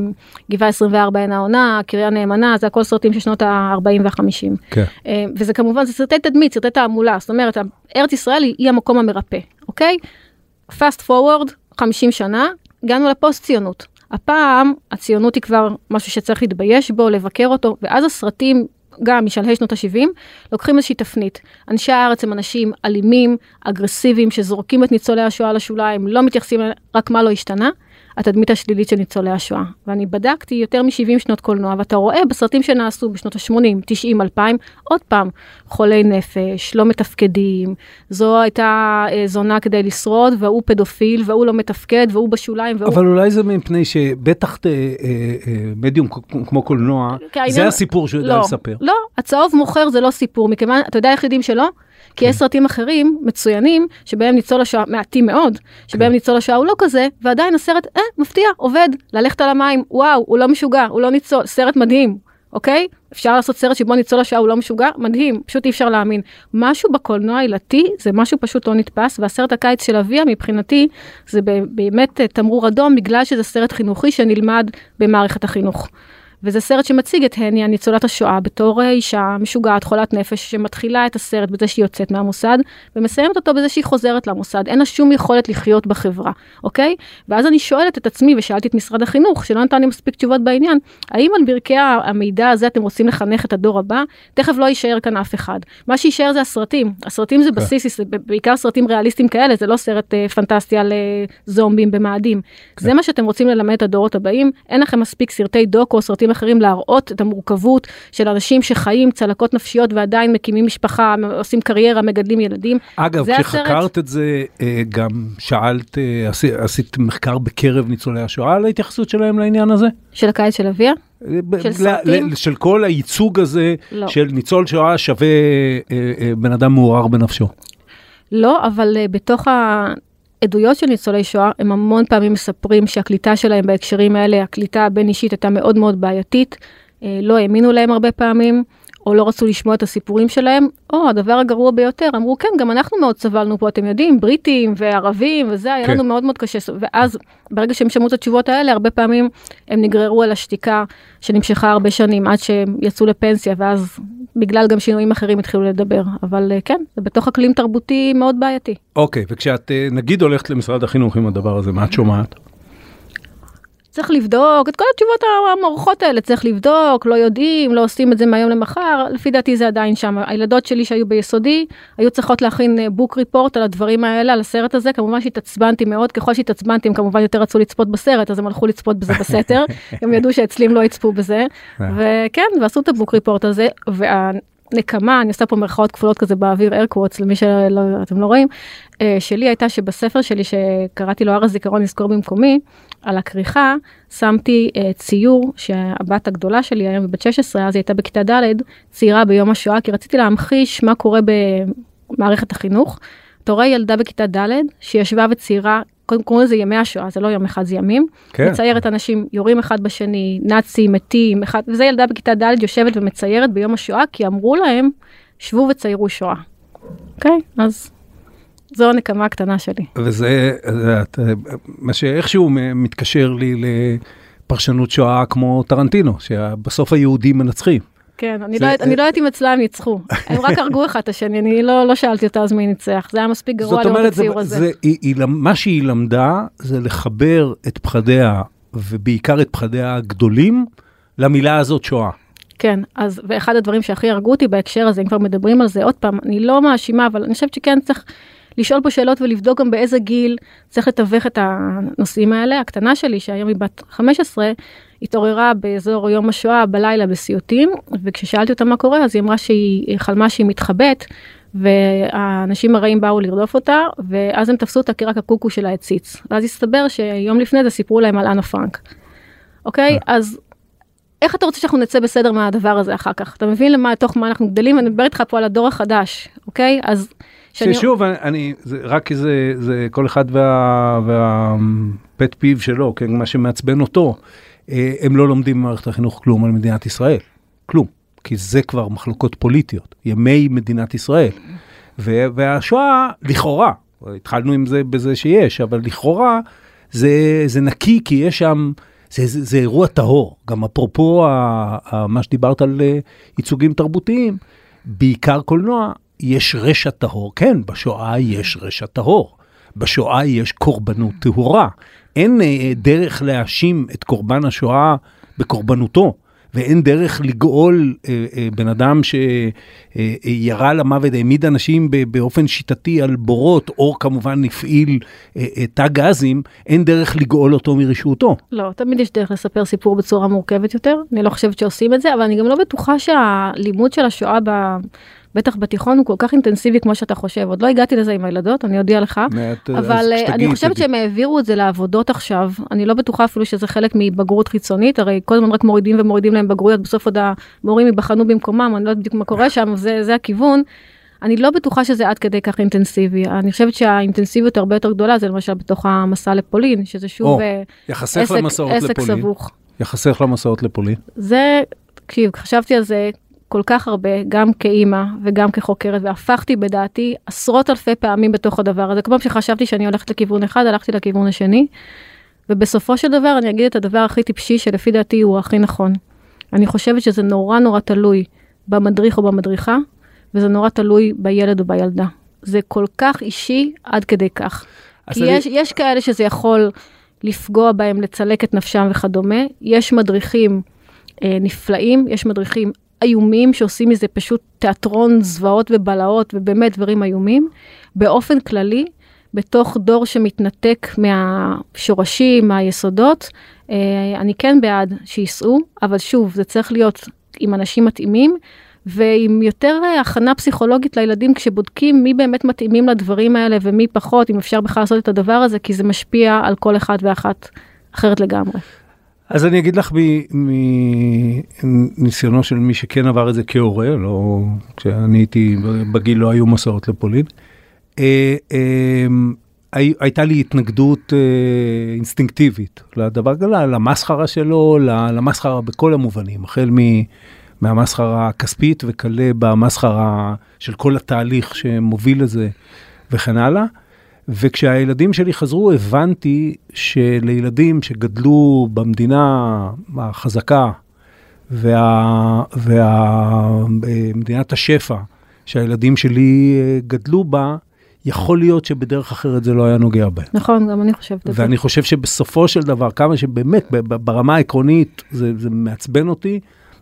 גבעה עשרים וארבע עין העונה, קריה נאמנה, זה הכל סרטים של שנות ה-ארבעים וה-חמישים. כן. וזה כמובן, זה סרטי תדמית, סרטי תעמולה. זאת אומרת, ארץ ישראל היא המקום המרפא, אוקיי? Fast forward, חמישים שנה, הגענו לפוסט ציונות. הפעם הציונות היא כבר משהו שצריך להתבייש בו, לבקר אותו, ואז הסרטים, גם משלהי שנות ה-שבעים, לוקחים איזושהי תפנית. אנשי הארץ הם אנשים אלימים, אגרסיביים, שזורקים את ניצולי השואה לשוליים, לא מתייחסים רק מה לא השתנה, התדמית השלילית של ניצולי השואה. ואני בדקתי יותר מ-שבעים שנות קולנוע, ואתה רואה בסרטים שנעשו בשנות ה-שמונים, תשעים, אלפיים, עוד פעם, חולי נפש, לא מתפקדים, זו הייתה אה, זונה כדי לשרוד, והוא פדופיל, והוא לא מתפקד, והוא בשוליים, והוא... אבל אולי זה מפני שבטח אה, אה, אה, מדיום כמו קולנוע, זה העניין... הסיפור שהוא יודע לא, לספר. לא, הצהוב מוכר זה לא סיפור, מכיוון, אתה יודע איך יודעים שלא? כי יש סרטים אחרים מצוינים, שבהם ניצול השואה, מעטים מאוד, שבהם ניצול השואה הוא לא כזה, ועדיין הסרט, אה, מפתיע, עובד, ללכת על המים, וואו, הוא לא משוגע, הוא לא ניצול, סרט מדהים, אוקיי? אפשר לעשות סרט שבו ניצול השואה הוא לא משוגע, מדהים, פשוט אי אפשר להאמין. משהו בקולנוע העילתי, זה משהו פשוט לא נתפס, והסרט הקיץ של אביה, מבחינתי, זה באמת תמרור אדום, בגלל שזה סרט חינוכי שנלמד במערכת החינוך. וזה סרט שמציג את הניה, ניצולת השואה, בתור אישה משוגעת, חולת נפש, שמתחילה את הסרט בזה שהיא יוצאת מהמוסד, ומסיימת אותו בזה שהיא חוזרת למוסד. אין לה שום יכולת לחיות בחברה, אוקיי? ואז אני שואלת את עצמי, ושאלתי את משרד החינוך, שלא נתן לי מספיק תשובות בעניין, האם על ברכי המידע הזה אתם רוצים לחנך את הדור הבא? תכף לא יישאר כאן אף אחד. מה שישאר זה הסרטים. הסרטים זה בסיס, בעיקר סרטים ריאליסטיים כאלה, זה לא סרט אה, פנטסטי על אה, זומבים במאדים. זה מה שאתם רוצים ללמד את הדורות הבאים. אין לכם מספיק סרטי דוקו, סרטים אחרים להראות את המורכבות של אנשים שחיים צלקות נפשיות ועדיין מקימים משפחה, עושים קריירה, מגדלים ילדים. אגב, כשחקרת את זה, גם שאלת, עשית מחקר בקרב ניצולי השואה על ההתייחסות שלהם לעניין הזה? של הקיץ של אביה? של סרטים? של כל הייצוג הזה של ניצול שואה שווה בן אדם מעורר בנפשו. לא, אבל בתוך ה... עדויות של ניצולי שואה, הם המון פעמים מספרים שהקליטה שלהם בהקשרים האלה, הקליטה הבין אישית הייתה מאוד מאוד בעייתית, לא האמינו להם הרבה פעמים, או לא רצו לשמוע את הסיפורים שלהם, או הדבר הגרוע ביותר, אמרו, כן, גם אנחנו מאוד סבלנו פה, אתם יודעים, בריטים וערבים וזה, היה לנו מאוד מאוד קשה, ואז ברגע שהם שמעו את התשובות האלה, הרבה פעמים הם נגררו על השתיקה שנמשכה הרבה שנים, עד שהם יצאו לפנסיה, ואז בגלל גם שינויים אחרים התחילו לדבר, אבל כן, זה בתוך אקלים תרבותי מאוד בעייתי. אוקיי, וכשאת נגיד הולכת למשרד החינוך עם הדבר הזה, מה את שומעת? צריך לבדוק, את כל התשובות המערכות האלה צריך לבדוק, לא יודעים, לא עושים את זה מהיום למחר, לפי דעתי זה עדיין שם. הילדות שלי שהיו ביסודי, היו צריכות להכין בוק ריפורט על הדברים האלה, על הסרט הזה, כמובן שהתעצבנתי מאוד, ככל שהתעצבנתי הם כמובן יותר רצו לצפות בסרט, אז הם הלכו לצפות בזה בסתר, הם ידעו שאצלים לא יצפו בזה, וכן, ועשו את הבוק ריפורט הזה, והנקמה, אני עושה פה מרכאות כפולות כזה באוויר, איירקוואטס, למי שאתם לא רואים, שלי הייתה שבספר שלי שקראתי לו הר הזיכרון נזכור במקומי, על הכריכה, שמתי uh, ציור שהבת הגדולה שלי, היום בבת שש עשרה, אז היא הייתה בכיתה ד', צעירה ביום השואה, כי רציתי להמחיש מה קורה במערכת החינוך. אתה רואה ילדה בכיתה ד' שישבה וצעירה, קודם קוראים לזה ימי השואה, זה לא יום אחד, זה ימים. כן. מציירת אנשים, יורים אחד בשני, נאצים, מתים, אחד, וזה ילדה בכיתה ד' יושבת ומציירת ביום השואה, כי אמרו להם, שבו וציירו שואה. אוקיי? Okay? אז... זו הנקמה הקטנה שלי. וזה, מה שאיכשהו מתקשר לי לפרשנות שואה כמו טרנטינו, שבסוף היהודים מנצחים. כן, אני לא יודעת אם אצלם ניצחו. הם רק הרגו אחד את השני, אני לא שאלתי אותה אז מי ניצח. זה היה מספיק גרוע לראות את הציור הזה. מה שהיא למדה זה לחבר את פחדיה, ובעיקר את פחדיה הגדולים, למילה הזאת שואה. כן, אז ואחד הדברים שהכי הרגו אותי בהקשר הזה, אם כבר מדברים על זה עוד פעם, אני לא מאשימה, אבל אני חושבת שכן צריך לשאול פה שאלות ולבדוק גם באיזה גיל צריך לתווך את הנושאים האלה. הקטנה שלי, שהיום היא בת חמש עשרה, התעוררה באזור יום השואה בלילה בסיוטים, וכששאלתי אותה מה קורה, אז היא אמרה שהיא חלמה שהיא מתחבאת, והאנשים הרעים באו לרדוף אותה, ואז הם תפסו אותה כי רק הקוקו שלה הציץ. ואז הסתבר שיום לפני זה סיפרו להם על אנה פרנק. אוקיי? אז איך אתה רוצה שאנחנו נצא בסדר מהדבר הזה אחר כך? אתה מבין למה, תוך מה אנחנו גדלים? אני מדבר איתך פה על הדור החדש, אוקיי? אז... ששוב, אני, זה, רק זה, זה כל אחד וה, והפט פיו שלו, כן, מה שמעצבן אותו, הם לא לומדים במערכת החינוך כלום על מדינת ישראל. כלום. כי זה כבר מחלוקות פוליטיות. ימי מדינת ישראל. והשואה, לכאורה, התחלנו עם זה בזה שיש, אבל לכאורה, זה, זה נקי, כי יש שם, זה, זה, זה אירוע טהור. גם אפרופו, ה, ה, מה שדיברת על ייצוגים תרבותיים, בעיקר קולנוע, יש רשע טהור. כן, בשואה יש רשע טהור. בשואה יש קורבנות טהורה. אין אה, דרך להאשים את קורבן השואה בקורבנותו, ואין דרך לגאול אה, אה, בן אדם שירה למוות, העמיד אנשים באופן שיטתי על בורות, או כמובן נפעיל אה, אה, תא גזים, אין דרך לגאול אותו מרשעותו. לא, תמיד יש דרך לספר סיפור בצורה מורכבת יותר. אני לא חושבת שעושים את זה, אבל אני גם לא בטוחה שהלימוד של השואה ב... בטח בתיכון הוא כל כך אינטנסיבי כמו שאתה חושב. עוד לא הגעתי לזה עם הילדות, אני אודיע לך. אבל אני חושבת שהם העבירו את זה לעבודות עכשיו. אני לא בטוחה אפילו שזה חלק מבגרות חיצונית, הרי כל הזמן רק מורידים ומורידים להם בגרויות, בסוף עוד המורים ייבחנו במקומם, אני לא יודעת בדיוק מה קורה שם, זה, זה הכיוון. אני לא בטוחה שזה עד כדי כך אינטנסיבי. אני חושבת שהאינטנסיביות הרבה יותר גדולה, זה למשל בתוך המסע לפולין, שזה שוב עסק, עסק סבוך. יחסך למסעות לפולין. זה, תקשיב, חשבתי על זה כל כך הרבה, גם כאימא וגם כחוקרת, והפכתי בדעתי עשרות אלפי פעמים בתוך הדבר הזה. כל פעם שחשבתי שאני הולכת לכיוון אחד, הלכתי לכיוון השני, ובסופו של דבר אני אגיד את הדבר הכי טיפשי, שלפי דעתי הוא הכי נכון. אני חושבת שזה נורא נורא תלוי במדריך או במדריכה, וזה נורא תלוי בילד או בילדה. זה כל כך אישי עד כדי כך. כי אני... יש, יש כאלה שזה יכול לפגוע בהם, לצלק את נפשם וכדומה. יש מדריכים אה, נפלאים, יש מדריכים איומים שעושים מזה פשוט תיאטרון זוועות ובלעות ובאמת דברים איומים. באופן כללי, בתוך דור שמתנתק מהשורשים, מהיסודות, אני כן בעד שיסעו, אבל שוב, זה צריך להיות עם אנשים מתאימים, ועם יותר הכנה פסיכולוגית לילדים, כשבודקים מי באמת מתאימים לדברים האלה, ומי פחות, אם אפשר בכלל לעשות את הדבר הזה, כי זה משפיע על כל אחד ואחת אחרת לגמרי. אז אני אגיד לך מניסיונו של מי שכן עבר את זה כהורה, לא, כשאני הייתי בגיל לא היו מסעות לפולין, הייתה לי התנגדות אינסטינקטיבית לדבר, למסחרה שלו, למסחרה בכל המובנים, החל מהמסחרה הכספית, וכלה במסחרה של כל התהליך שמוביל לזה, וכן הלאה. וכשהילדים שלי חזרו, הבנתי שלילדים שגדלו במדינה החזקה, וה, והמדינת השפע, שהילדים שלי גדלו בה, יכול להיות שבדרך אחרת זה לא היה נוגע בהם. נכון, גם אני חושבת את זה. ואני חושב שבסופו של דבר, כמה שבאמת, ברמה העקרונית, זה, זה מעצבן אותי,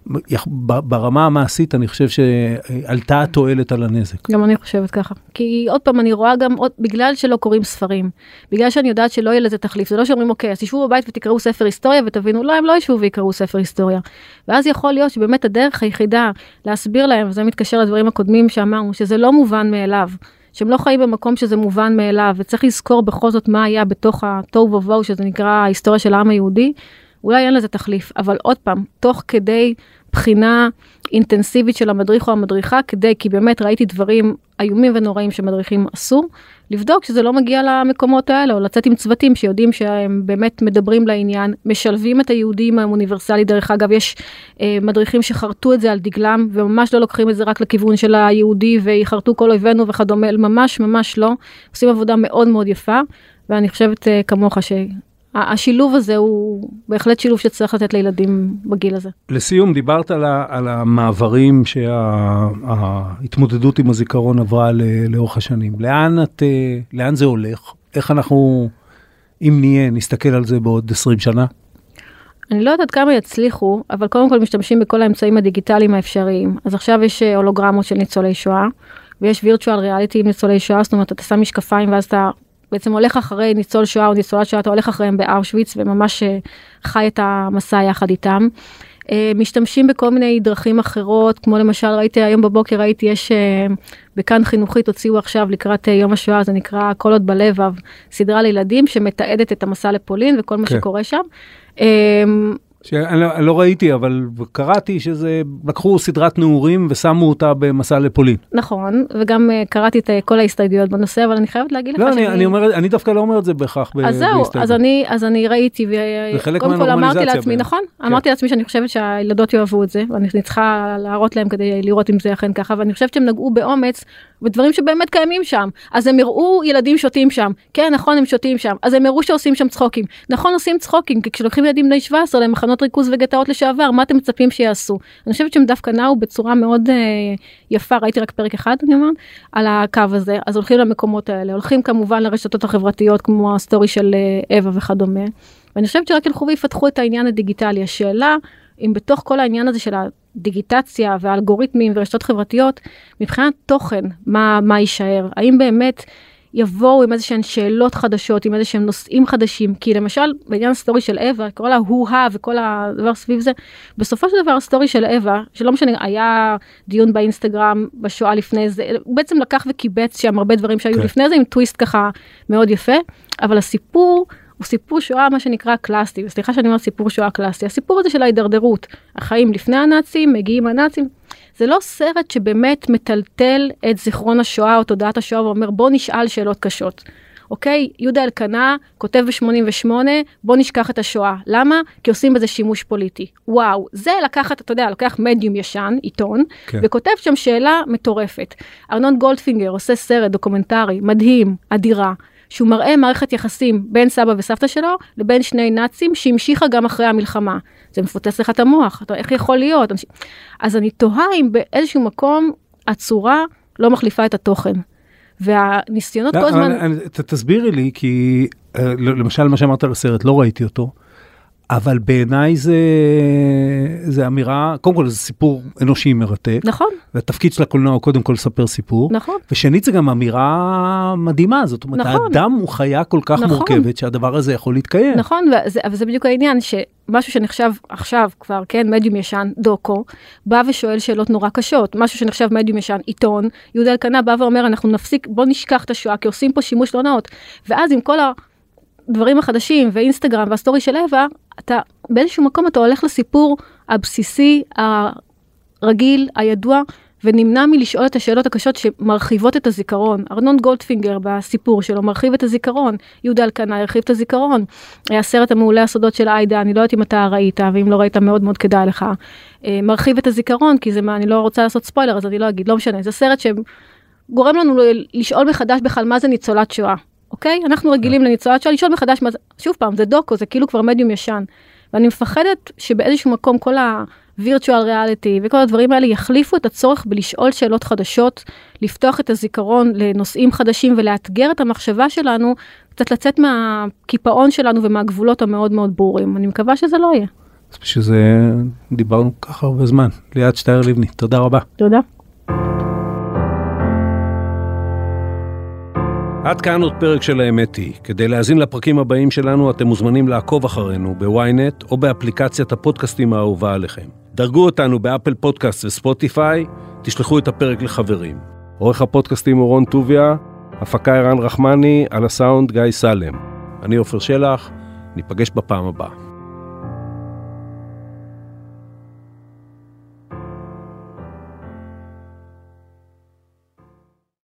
ברמה המעשית אני חושב שעלתה התועלת על הנזק. גם אני חושבת ככה. כי עוד פעם אני רואה גם, עוד, בגלל שלא קוראים ספרים, בגלל שאני יודעת שלא יהיה לזה תחליף, זה לא שאומרים, אוקיי, אז תשבו בבית ותקראו ספר היסטוריה, ותבינו, לא, הם לא ישבו ויקראו ספר היסטוריה. ואז יכול להיות שבאמת הדרך היחידה להסביר להם, וזה מתקשר לדברים הקודמים שאמרנו, שזה לא מובן מאליו, שהם לא חיים במקום שזה מובן מאליו, וצריך לזכור בכל זאת מה היה בתוך התוהו ובוהו, שזה נקרא ההיסטוריה של העם היהודי, אולי אין לזה תחליף, אבל עוד פעם, תוך כדי בחינה אינטנסיבית של המדריך או המדריכה, כדי, כי באמת ראיתי דברים איומים ונוראים שמדריכים עשו, לבדוק שזה לא מגיע למקומות האלה, או לצאת עם צוותים שיודעים שהם באמת מדברים לעניין, משלבים את היהודים האוניברסלי, דרך אגב, יש אה, מדריכים שחרטו את זה על דגלם, וממש לא לוקחים את זה רק לכיוון של היהודי, ויחרטו כל אויבינו וכדומה, ממש ממש לא, עושים עבודה מאוד מאוד יפה, ואני חושבת אה, כמוך ש... השילוב הזה הוא בהחלט שילוב שצריך לתת לילדים בגיל הזה. לסיום, דיברת על, ה, על המעברים שההתמודדות עם הזיכרון עברה לאורך השנים. לאן, את, לאן זה הולך? איך אנחנו, אם נהיה, נסתכל על זה בעוד עשרים שנה? אני לא יודעת כמה יצליחו, אבל קודם כל משתמשים בכל האמצעים הדיגיטליים האפשריים. אז עכשיו יש הולוגרמות של ניצולי שואה, ויש וירטואל ריאליטי עם ניצולי שואה, זאת אומרת, אתה שם משקפיים ואז אתה בעצם הולך אחרי ניצול שואה או ניצולת שואה, אתה הולך אחריהם באושוויץ, וממש חי את המסע יחד איתם. משתמשים בכל מיני דרכים אחרות, כמו למשל, ראיתי היום בבוקר, ראיתי, יש בכאן חינוכית, הוציאו עכשיו לקראת יום השואה, זה נקרא כל עוד בלבב, סדרה לילדים שמתעדת את המסע לפולין, וכל מה שקורה שם. שאני לא, לא ראיתי, אבל קראתי שזה, לקחו סדרת נעורים ושמו אותה במסע לפולין. נכון, וגם uh, קראתי את כל ההסתייגויות בנושא, אבל אני חייבת להגיד לא, לך אני, שאני... אני, אומר, אני דווקא לא אומר את זה בהכרח בהסתייגות. אז זהו, אז אני, אז אני ראיתי, וקודם כל אמרתי לעצמי, נכון? כן. אמרתי לעצמי שאני חושבת שהילדות יאהבו את זה, ואני צריכה להראות להם כדי לראות אם זה אכן ככה, ואני חושבת שהם נגעו באומץ, בדברים שבאמת קיימים שם. אז הם יראו ילדים שותים שם. כן, נכון, הם שותים שם. אז הם יראו שעושים שם צחוקים. נכון, עושים צחוקים, כי כשלוקחים ילדים בני שבע עשרה למחנות ריכוז וגטאות לשעבר, מה אתם מצפים שיעשו? אני חושבת שהם דווקא נעו בצורה מאוד uh, יפה, ראיתי רק פרק אחד, אני אומרת, על הקו הזה. אז הולכים למקומות האלה, הולכים כמובן לרשתות החברתיות, כמו הסטורי של uh, אווה וכדומה. ואני חושבת שרק ילכו ויפתחו את העניין הדיגיטלי. השאלה, אם בתוך כל העניין הזה של הדיגיטציה והאלגוריתמים ורשתות חברתיות, מבחינת תוכן, מה, מה יישאר? האם באמת יבואו עם איזשהן שאלות חדשות, עם איזשהם נושאים חדשים? כי למשל, בעניין הסטורי של אווה, כל ההוא-הא וכל הדבר סביב זה, בסופו של דבר הסטורי של אווה, שלא משנה, היה דיון באינסטגרם בשואה לפני זה, הוא בעצם לקח וקיבץ שם הרבה דברים שהיו okay. לפני זה, עם טוויסט ככה מאוד יפה, אבל הסיפור הוא סיפור שואה, מה שנקרא קלאסטי, וסליחה שאני אומר סיפור שואה קלאסטי, הסיפור הזה של ההידרדרות, החיים לפני הנאצים, מגיעים הנאצים, זה לא סרט שבאמת מטלטל את זיכרון השואה או תודעת השואה, ואומר בוא נשאל שאלות קשות. אוקיי, יהודה אלקנה כותב ב-שמונים ושמונה, בוא נשכח את השואה. למה? כי עושים בזה שימוש פוליטי. וואו, זה לקחת, אתה יודע, לקח מדיום ישן, עיתון, כן. וכותב שם שאלה מטורפת. ארנון גולדפינגר עושה סרט דוקומנטרי, מדהים, אדירה, שהוא מראה מערכת יחסים בין סבא וסבתא שלו, לבין שני נאצים, שהמשיכה גם אחרי המלחמה. זה מפוצץ לך את המוח, אתה, איך יכול להיות? אז אני תוהה אם באיזשהו מקום, הצורה לא מחליפה את התוכן. והניסיונות כל הזמן... תסבירי לי, כי למשל מה שאמרת על הסרט, לא ראיתי אותו, אבל בעיניי זה, זה אמירה, קודם כל זה סיפור אנושי מרתק. נכון. והתפקיד של הקולנוע הוא קודם כל לספר סיפור. נכון. ושנית זה גם אמירה מדהימה, זאת אומרת, נכון. האדם הוא חיה כל כך נכון. מורכבת, שהדבר הזה יכול להתקיים. נכון, וזה, וזה בדיוק העניין, שמשהו שנחשב עכשיו כבר, כן, מדיום ישן, דוקו, בא ושואל שאלות נורא קשות. משהו שנחשב מדיום ישן, עיתון, יהודה אלקנה בא ואומר, אנחנו נפסיק, בוא נשכח את השואה, כי עושים פה שימוש לא נאות. ואז עם כל ה... דברים החדשים ואינסטגרם והסטורי של אווה, אתה באיזשהו מקום אתה הולך לסיפור הבסיסי, הרגיל, הידוע, ונמנע מלשאול את השאלות הקשות שמרחיבות את הזיכרון. ארנון גולדפינגר בסיפור שלו מרחיב את הזיכרון, יהודה אלקנה הרחיב את הזיכרון. היה סרט המעולה הסודות של עאידה, אני לא יודעת אם אתה ראית, ואם לא ראית מאוד מאוד כדאי לך. מרחיב את הזיכרון, כי זה מה, אני לא רוצה לעשות ספוילר, אז אני לא אגיד, לא משנה. זה סרט שגורם לנו לשאול מחדש בכלל מה זה ניצולת שואה. אוקיי? אנחנו רגילים לניצולת שואה, לשאול מחדש מה זה, שוב פעם, זה דוקו, זה כאילו כבר מדיום ישן. ואני מפחדת שבאיזשהו מקום כל ה-virtual reality וכל הדברים האלה יחליפו את הצורך בלשאול שאלות חדשות, לפתוח את הזיכרון לנושאים חדשים ולאתגר את המחשבה שלנו, קצת לצאת מהקיפאון שלנו ומהגבולות המאוד מאוד ברורים. אני מקווה שזה לא יהיה. אז בשביל זה דיברנו ככה הרבה זמן. ליאת שטייר לבני, תודה רבה. תודה. עד כאן עוד פרק של האמת היא. כדי להאזין לפרקים הבאים שלנו, אתם מוזמנים לעקוב אחרינו בוויינט או באפליקציית הפודקאסטים האהובה עליכם. דרגו אותנו באפל פודקאסט וספוטיפיי, תשלחו את הפרק לחברים. עורך הפודקאסטים אורון טוביה, הפקה ערן רחמני, על הסאונד גיא סלם. אני עופר שלח, ניפגש בפעם הבאה.